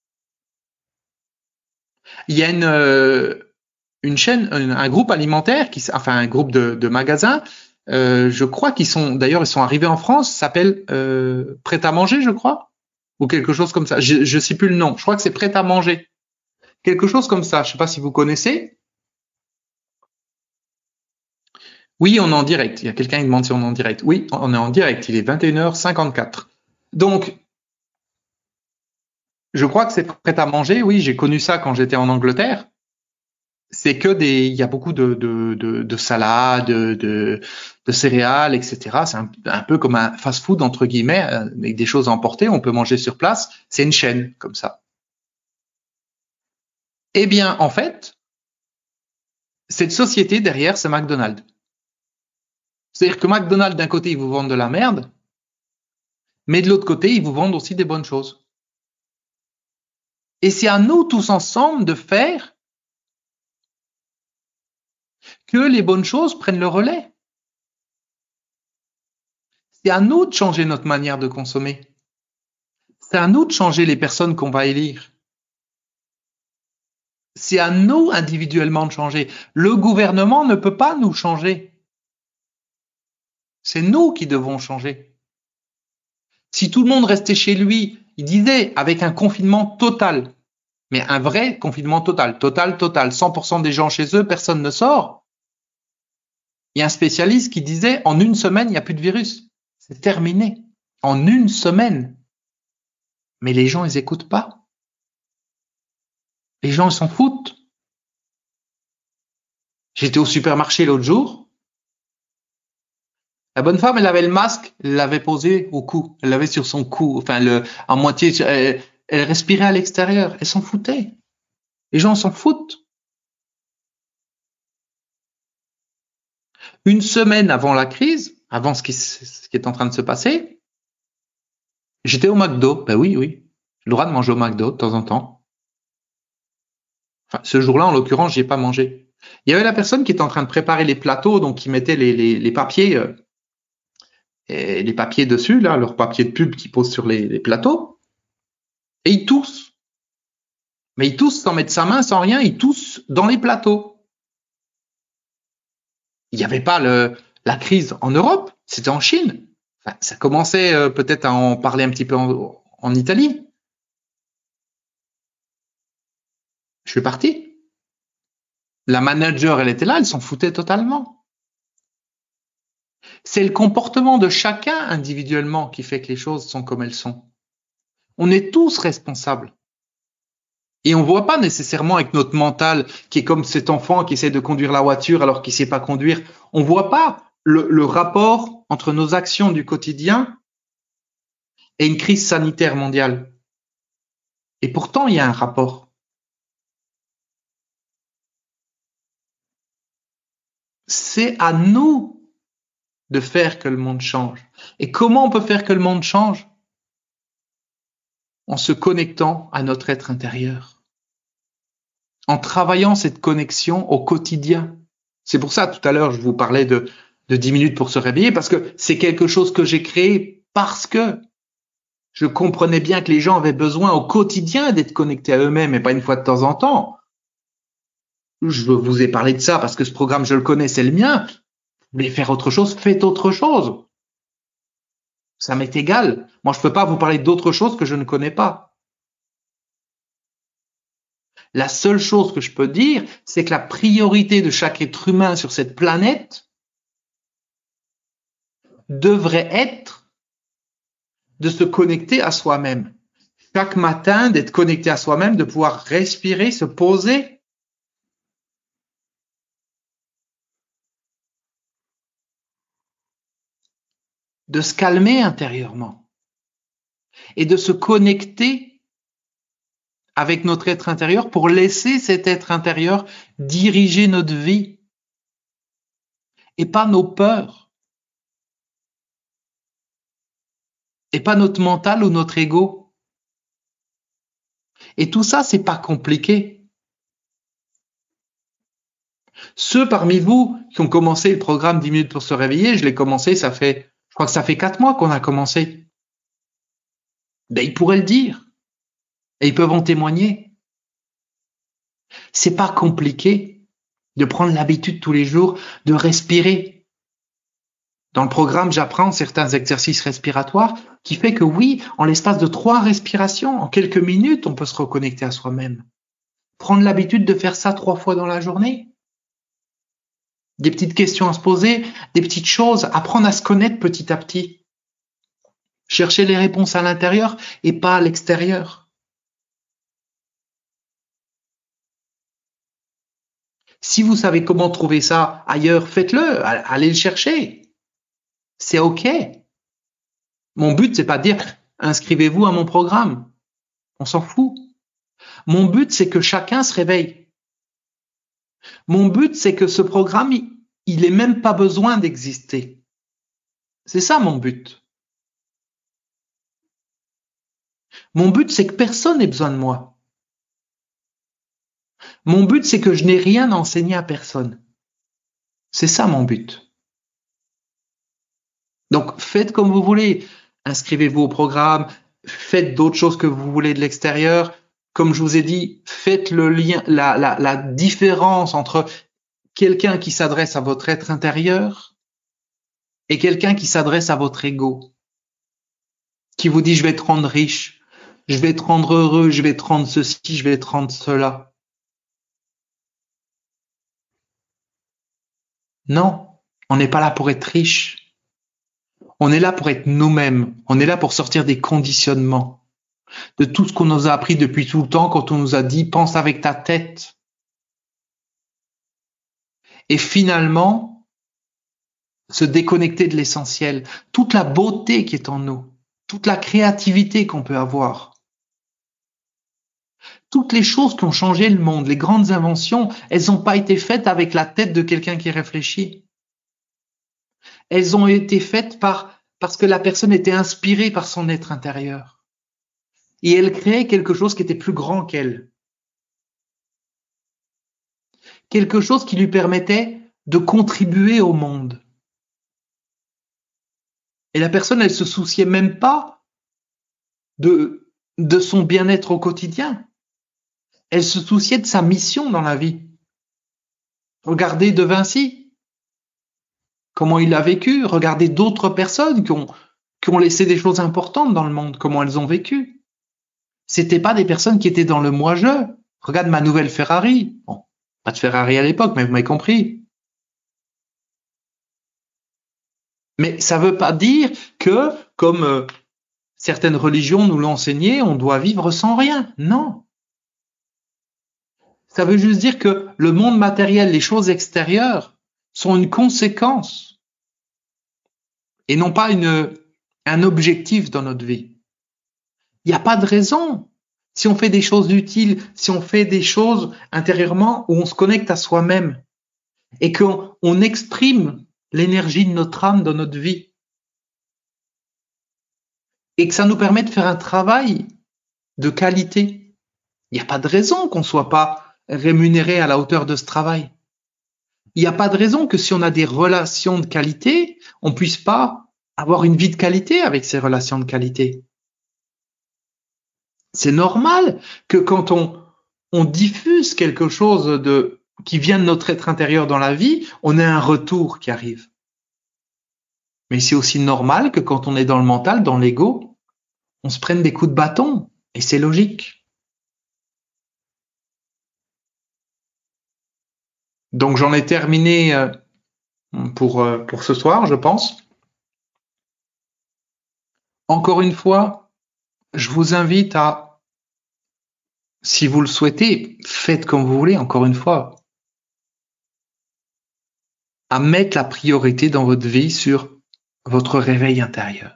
Il y a une, euh, une chaîne, un, un groupe alimentaire, qui, enfin un groupe de, de magasins, euh, je crois qu'ils sont, d'ailleurs ils sont arrivés en France, s'appelle euh, Prêt à manger, je crois, ou quelque chose comme ça. Je ne sais plus le nom. Je crois que c'est Prêt à manger. Quelque chose comme ça. Je ne sais pas si vous connaissez. Oui, on est en direct. Il y a quelqu'un qui demande si on est en direct. Oui, on est en direct. Il est vingt et une heures cinquante-quatre. Donc, je crois que c'est Prêt à manger. Oui, j'ai connu ça quand j'étais en Angleterre. C'est que des, il y a beaucoup de, de, de, de salades, de, de céréales, et cetera. C'est un, un peu comme un fast-food entre guillemets, avec des choses à emporter. On peut manger sur place. C'est une chaîne comme ça. Eh bien, en fait, cette société derrière, c'est McDonald's. C'est-à-dire que McDonald's, d'un côté, ils vous vendent de la merde, mais de l'autre côté, ils vous vendent aussi des bonnes choses. Et c'est à nous tous ensemble de faire que les bonnes choses prennent le relais. C'est à nous de changer notre manière de consommer. C'est à nous de changer les personnes qu'on va élire. C'est à nous individuellement de changer. Le gouvernement ne peut pas nous changer. C'est nous qui devons changer. Si tout le monde restait chez lui, il disait avec un confinement total, mais un vrai confinement total, total, total, cent pour cent des gens chez eux, personne ne sort. Il y a un spécialiste qui disait en une semaine, il n'y a plus de virus. C'est terminé. En une semaine. Mais les gens, ils écoutent pas. Les gens, ils s'en foutent. J'étais au supermarché l'autre jour. La bonne femme, elle avait le masque, elle l'avait posé au cou. Elle l'avait sur son cou, enfin, le, en moitié, elle, elle respirait à l'extérieur. Elle s'en foutait. Les gens s'en foutent. Une semaine avant la crise, avant ce qui, ce qui est en train de se passer, j'étais au McDo. Ben oui, oui. J'ai le droit de manger au McDo de temps en temps. Enfin, ce jour-là, en l'occurrence, j'y ai pas mangé. Il y avait la personne qui était en train de préparer les plateaux, donc qui mettait les, les, les papiers, euh, et les papiers dessus, là, leurs papiers de pub qu'ils posent sur les, les plateaux. Et ils toussent. Mais ils toussent sans mettre sa main, sans rien, ils toussent dans les plateaux. Il n'y avait pas le, la crise en Europe, c'était en Chine. Enfin, ça commençait euh, peut-être à en parler un petit peu en, en Italie. Je suis parti. La manager, elle était là, elle s'en foutait totalement. C'est le comportement de chacun individuellement qui fait que les choses sont comme elles sont. On est tous responsables. Et on voit pas nécessairement avec notre mental qui est comme cet enfant qui essaie de conduire la voiture alors qu'il sait pas conduire. On voit pas le, le rapport entre nos actions du quotidien et une crise sanitaire mondiale. Et pourtant, il y a un rapport. C'est à nous de faire que le monde change. Et comment on peut faire que le monde change? En se connectant à notre être intérieur. En travaillant cette connexion au quotidien. C'est pour ça, tout à l'heure, je vous parlais de, de dix minutes pour se réveiller, parce que c'est quelque chose que j'ai créé parce que je comprenais bien que les gens avaient besoin au quotidien d'être connectés à eux-mêmes et pas une fois de temps en temps. Je vous ai parlé de ça parce que ce programme, je le connais, c'est le mien. Vous voulez faire autre chose, faites autre chose. Ça m'est égal. Moi, je ne peux pas vous parler d'autre chose que je ne connais pas. La seule chose que je peux dire, c'est que la priorité de chaque être humain sur cette planète devrait être de se connecter à soi-même. Chaque matin, d'être connecté à soi-même, de pouvoir respirer, se poser. De se calmer intérieurement et de se connecter avec notre être intérieur pour laisser cet être intérieur diriger notre vie et pas nos peurs et pas notre mental ou notre ego. Et tout ça, c'est pas compliqué. Ceux parmi vous qui ont commencé le programme dix minutes pour se réveiller, je l'ai commencé, ça fait, je crois que ça fait quatre mois qu'on a commencé. Ben, ils pourraient le dire. Et ils peuvent en témoigner. C'est pas compliqué de prendre l'habitude tous les jours de respirer. Dans le programme, j'apprends certains exercices respiratoires qui fait que oui, en l'espace de trois respirations, en quelques minutes, on peut se reconnecter à soi-même. Prendre l'habitude de faire ça trois fois dans la journée. Des petites questions à se poser, des petites choses, apprendre à se connaître petit à petit. Chercher les réponses à l'intérieur et pas à l'extérieur. Si vous savez comment trouver ça ailleurs, faites-le, allez le chercher. C'est OK. Mon but, c'est pas de dire inscrivez-vous à mon programme. On s'en fout. Mon but, c'est que chacun se réveille. Mon but, c'est que ce programme, il n'ait même pas besoin d'exister. C'est ça mon but. Mon but, c'est que personne n'ait besoin de moi. Mon but, c'est que je n'ai rien à enseigner à personne. C'est ça mon but. Donc, faites comme vous voulez. Inscrivez-vous au programme, faites d'autres choses que vous voulez de l'extérieur. Comme je vous ai dit, faites le lien, la, la, la différence entre quelqu'un qui s'adresse à votre être intérieur et quelqu'un qui s'adresse à votre ego, qui vous dit je vais te rendre riche, je vais te rendre heureux, je vais te rendre ceci, je vais te rendre cela. Non, on n'est pas là pour être riche. On est là pour être nous-mêmes. On est là pour sortir des conditionnements, de tout ce qu'on nous a appris depuis tout le temps quand on nous a dit pense avec ta tête. Et finalement, se déconnecter de l'essentiel, toute la beauté qui est en nous, toute la créativité qu'on peut avoir. Toutes les choses qui ont changé le monde, les grandes inventions, elles n'ont pas été faites avec la tête de quelqu'un qui réfléchit. Elles ont été faites par, parce que la personne était inspirée par son être intérieur. Et elle créait quelque chose qui était plus grand qu'elle. Quelque chose qui lui permettait de contribuer au monde. Et la personne, elle se souciait même pas de, de son bien-être au quotidien. Elle se souciait de sa mission dans la vie. Regardez De Vinci, comment il a vécu. Regardez d'autres personnes qui ont, qui ont laissé des choses importantes dans le monde, comment elles ont vécu. C'était pas des personnes qui étaient dans le moi-je. Regarde ma nouvelle Ferrari. Bon, pas de Ferrari à l'époque, mais vous m'avez compris. Mais ça veut pas dire que, comme euh, certaines religions nous l'ont enseigné, on doit vivre sans rien. Non. Ça veut juste dire que le monde matériel, les choses extérieures, sont une conséquence et non pas une, un objectif dans notre vie. Il n'y a pas de raison. Si on fait des choses utiles, si on fait des choses intérieurement où on se connecte à soi-même et qu'on on exprime l'énergie de notre âme dans notre vie et que ça nous permet de faire un travail de qualité, il n'y a pas de raison qu'on ne soit pas rémunéré à la hauteur de ce travail. Il n'y a pas de raison que si on a des relations de qualité, on ne puisse pas avoir une vie de qualité avec ces relations de qualité. C'est normal que quand on, on diffuse quelque chose de, qui vient de notre être intérieur dans la vie, on ait un retour qui arrive. Mais c'est aussi normal que quand on est dans le mental, dans l'ego, on se prenne des coups de bâton. Et c'est logique. Donc j'en ai terminé pour, pour ce soir, je pense. Encore une fois, je vous invite à, si vous le souhaitez, faites comme vous voulez, encore une fois, à mettre la priorité dans votre vie sur votre réveil intérieur.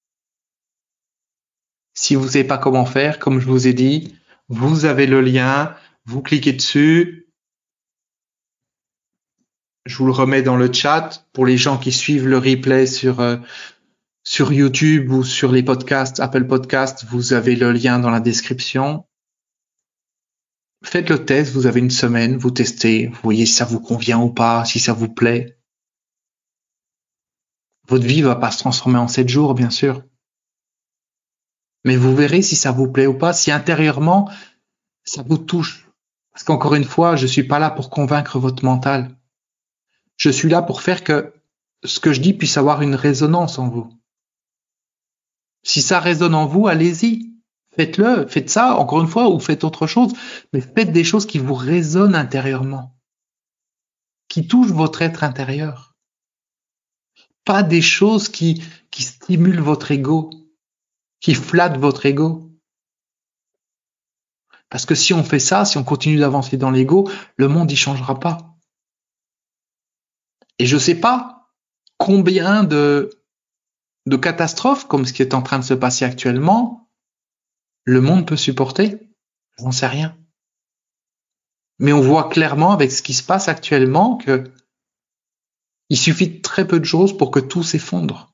Si vous ne savez pas comment faire, comme je vous ai dit, vous avez le lien, vous cliquez dessus. Je vous le remets dans le chat pour les gens qui suivent le replay sur, euh, sur YouTube ou sur les podcasts, Apple Podcasts, vous avez le lien dans la description. Faites le test, vous avez une semaine, vous testez, vous voyez si ça vous convient ou pas, si ça vous plaît. Votre vie va pas se transformer en sept jours, bien sûr. Mais vous verrez si ça vous plaît ou pas, si intérieurement, ça vous touche. Parce qu'encore une fois, je suis pas là pour convaincre votre mental. Je suis là pour faire que ce que je dis puisse avoir une résonance en vous. Si ça résonne en vous, allez-y. Faites-le, faites ça, encore une fois, ou faites autre chose. Mais faites des choses qui vous résonnent intérieurement. Qui touchent votre être intérieur. Pas des choses qui, qui stimulent votre ego. Qui flattent votre ego. Parce que si on fait ça, si on continue d'avancer dans l'ego, le monde n'y changera pas. Et je ne sais pas combien de, de catastrophes comme ce qui est en train de se passer actuellement, le monde peut supporter. J'en sais rien. Mais on voit clairement avec ce qui se passe actuellement que il suffit de très peu de choses pour que tout s'effondre.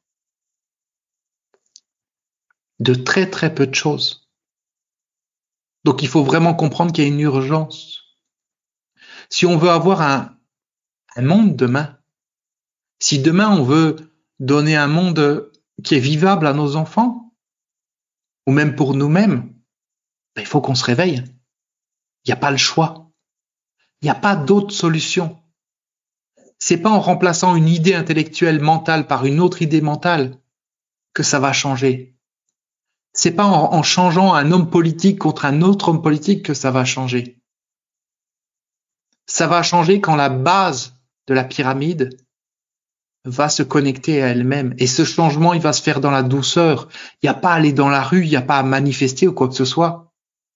De très très peu de choses. Donc il faut vraiment comprendre qu'il y a une urgence. Si on veut avoir un, un monde demain, si demain on veut donner un monde qui est vivable à nos enfants, ou même pour nous-mêmes, ben, il faut qu'on se réveille. Il n'y a pas le choix. Il n'y a pas d'autre solution. C'est pas en remplaçant une idée intellectuelle mentale par une autre idée mentale que ça va changer. C'est pas en, en changeant un homme politique contre un autre homme politique que ça va changer. Ça va changer quand la base de la pyramide va se connecter à elle-même. Et ce changement, il va se faire dans la douceur. Il n'y a pas à aller dans la rue, il n'y a pas à manifester ou quoi que ce soit.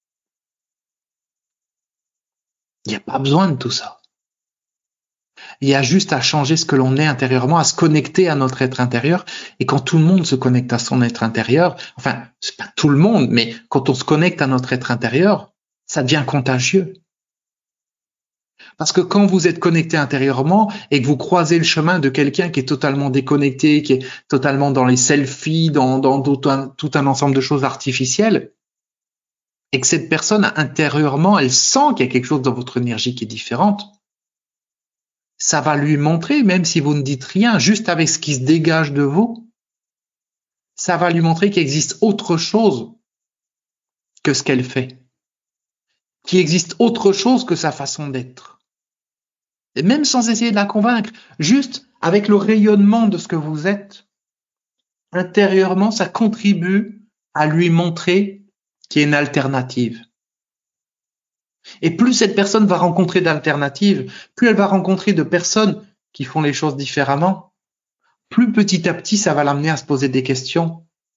Il n'y a pas besoin de tout ça. Il y a juste à changer ce que l'on est intérieurement, à se connecter à notre être intérieur. Et quand tout le monde se connecte à son être intérieur, enfin, c'est pas tout le monde, mais quand on se connecte à notre être intérieur, ça devient contagieux. Parce que quand vous êtes connecté intérieurement et que vous croisez le chemin de quelqu'un qui est totalement déconnecté, qui est totalement dans les selfies, dans, dans tout, un, tout un ensemble de choses artificielles, et que cette personne intérieurement, elle sent qu'il y a quelque chose dans votre énergie qui est différente, ça va lui montrer, même si vous ne dites rien, juste avec ce qui se dégage de vous, ça va lui montrer qu'il existe autre chose que ce qu'elle fait, qu'il existe autre chose que sa façon d'être. Et même sans essayer de la convaincre, juste avec le rayonnement de ce que vous êtes, intérieurement, ça contribue à lui montrer qu'il y a une alternative. Et plus cette personne va rencontrer d'alternatives, plus elle va rencontrer de personnes qui font les choses différemment, plus petit à petit, ça va l'amener à se poser des questions.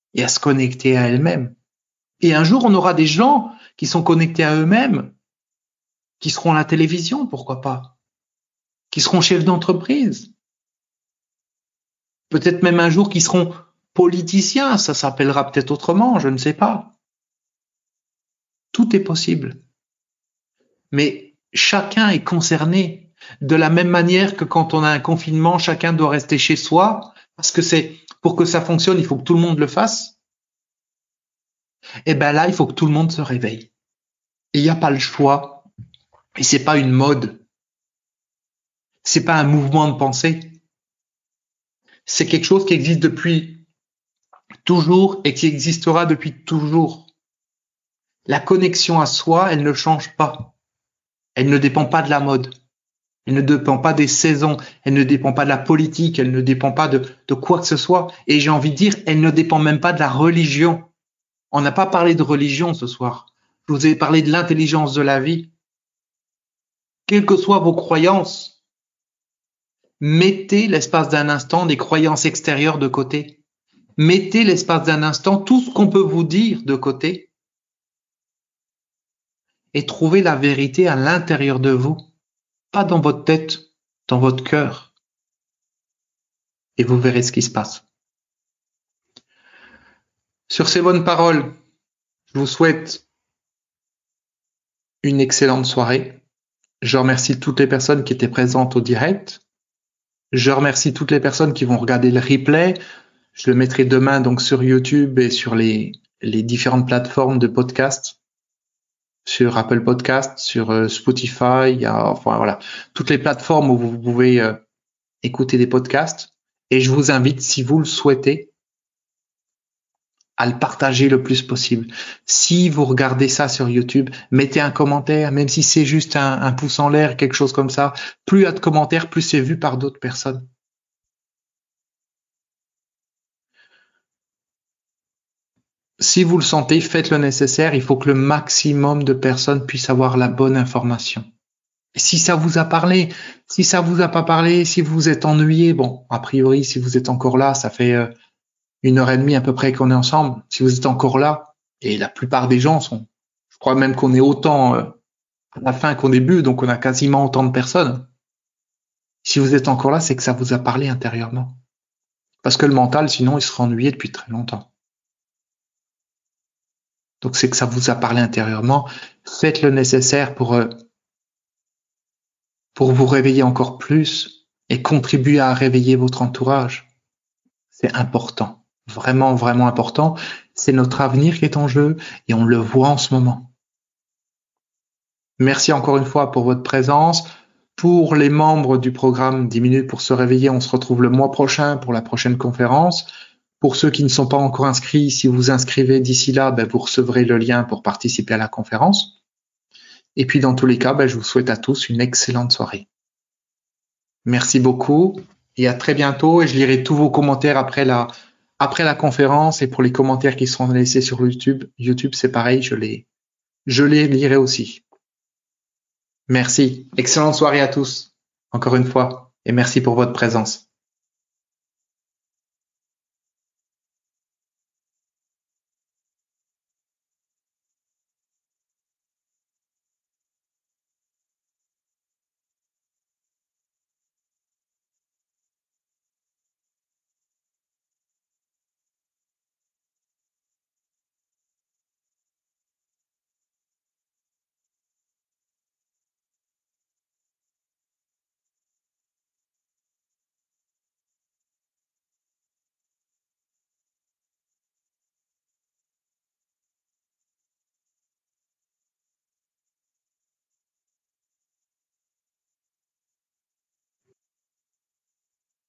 et à se connecter à elles-mêmes. Et un jour, on aura des gens qui sont connectés à eux-mêmes, qui seront à la télévision, pourquoi pas, qui seront chefs d'entreprise. Peut-être même un jour qui seront politiciens, ça s'appellera peut-être autrement, je ne sais pas. Tout est possible. Mais chacun est concerné. De la même manière que quand on a un confinement, chacun doit rester chez soi, parce que c'est, pour que ça fonctionne, il faut que tout le monde le fasse. Et ben là, il faut que tout le monde se réveille. Et il n'y a pas le choix. Et c'est pas une mode. C'est pas un mouvement de pensée. C'est quelque chose qui existe depuis toujours et qui existera depuis toujours. La connexion à soi, elle ne change pas. Elle ne dépend pas de la mode. Elle ne dépend pas des saisons. Elle ne dépend pas de la politique. Elle ne dépend pas de, de quoi que ce soit. Et j'ai envie de dire, elle ne dépend même pas de la religion. On n'a pas parlé de religion ce soir. Je vous ai parlé de l'intelligence de la vie. Quelles que soient vos croyances, mettez l'espace d'un instant des croyances extérieures de côté. Mettez l'espace d'un instant tout ce qu'on peut vous dire de côté et trouvez la vérité à l'intérieur de vous, pas dans votre tête, dans votre cœur. Et vous verrez ce qui se passe. Sur ces bonnes paroles, je vous souhaite une excellente soirée. Je remercie toutes les personnes qui étaient présentes au direct. Je remercie toutes les personnes qui vont regarder le replay. Je le mettrai demain donc sur YouTube et sur les, les différentes plateformes de podcast, sur Apple Podcast, sur euh, Spotify, il y a, enfin voilà, toutes les plateformes où vous pouvez euh, écouter des podcasts. Et je vous invite, si vous le souhaitez, à le partager le plus possible. Si vous regardez ça sur YouTube, mettez un commentaire, même si c'est juste un, un pouce en l'air, quelque chose comme ça. Plus il y a de commentaires, plus c'est vu par d'autres personnes. Si vous le sentez, faites le nécessaire. Il faut que le maximum de personnes puissent avoir la bonne information. Et si ça vous a parlé, si ça vous a pas parlé, si vous êtes ennuyé, bon, a priori, si vous êtes encore là, ça fait euh, une heure et demie à peu près qu'on est ensemble. Si vous êtes encore là, et la plupart des gens sont, je crois même qu'on est autant euh, à la fin qu'au début, donc on a quasiment autant de personnes. Si vous êtes encore là, c'est que ça vous a parlé intérieurement. Parce que le mental, sinon, il serait ennuyé depuis très longtemps. Donc c'est que ça vous a parlé intérieurement. Faites le nécessaire pour euh, pour vous réveiller encore plus et contribuer à réveiller votre entourage. C'est important, vraiment, vraiment important. C'est notre avenir qui est en jeu et on le voit en ce moment. Merci encore une fois pour votre présence. Pour les membres du programme dix minutes pour se réveiller, on se retrouve le mois prochain pour la prochaine conférence. Pour ceux qui ne sont pas encore inscrits, si vous vous inscrivez d'ici là, ben, vous recevrez le lien pour participer à la conférence. Et puis dans tous les cas, ben, je vous souhaite à tous une excellente soirée. Merci beaucoup et à très bientôt. Et je lirai tous vos commentaires après la, après la conférence. Et pour les commentaires qui seront laissés sur YouTube, YouTube c'est pareil, je les, je les lirai aussi. Merci. Excellente soirée à tous, encore une fois. Et merci pour votre présence.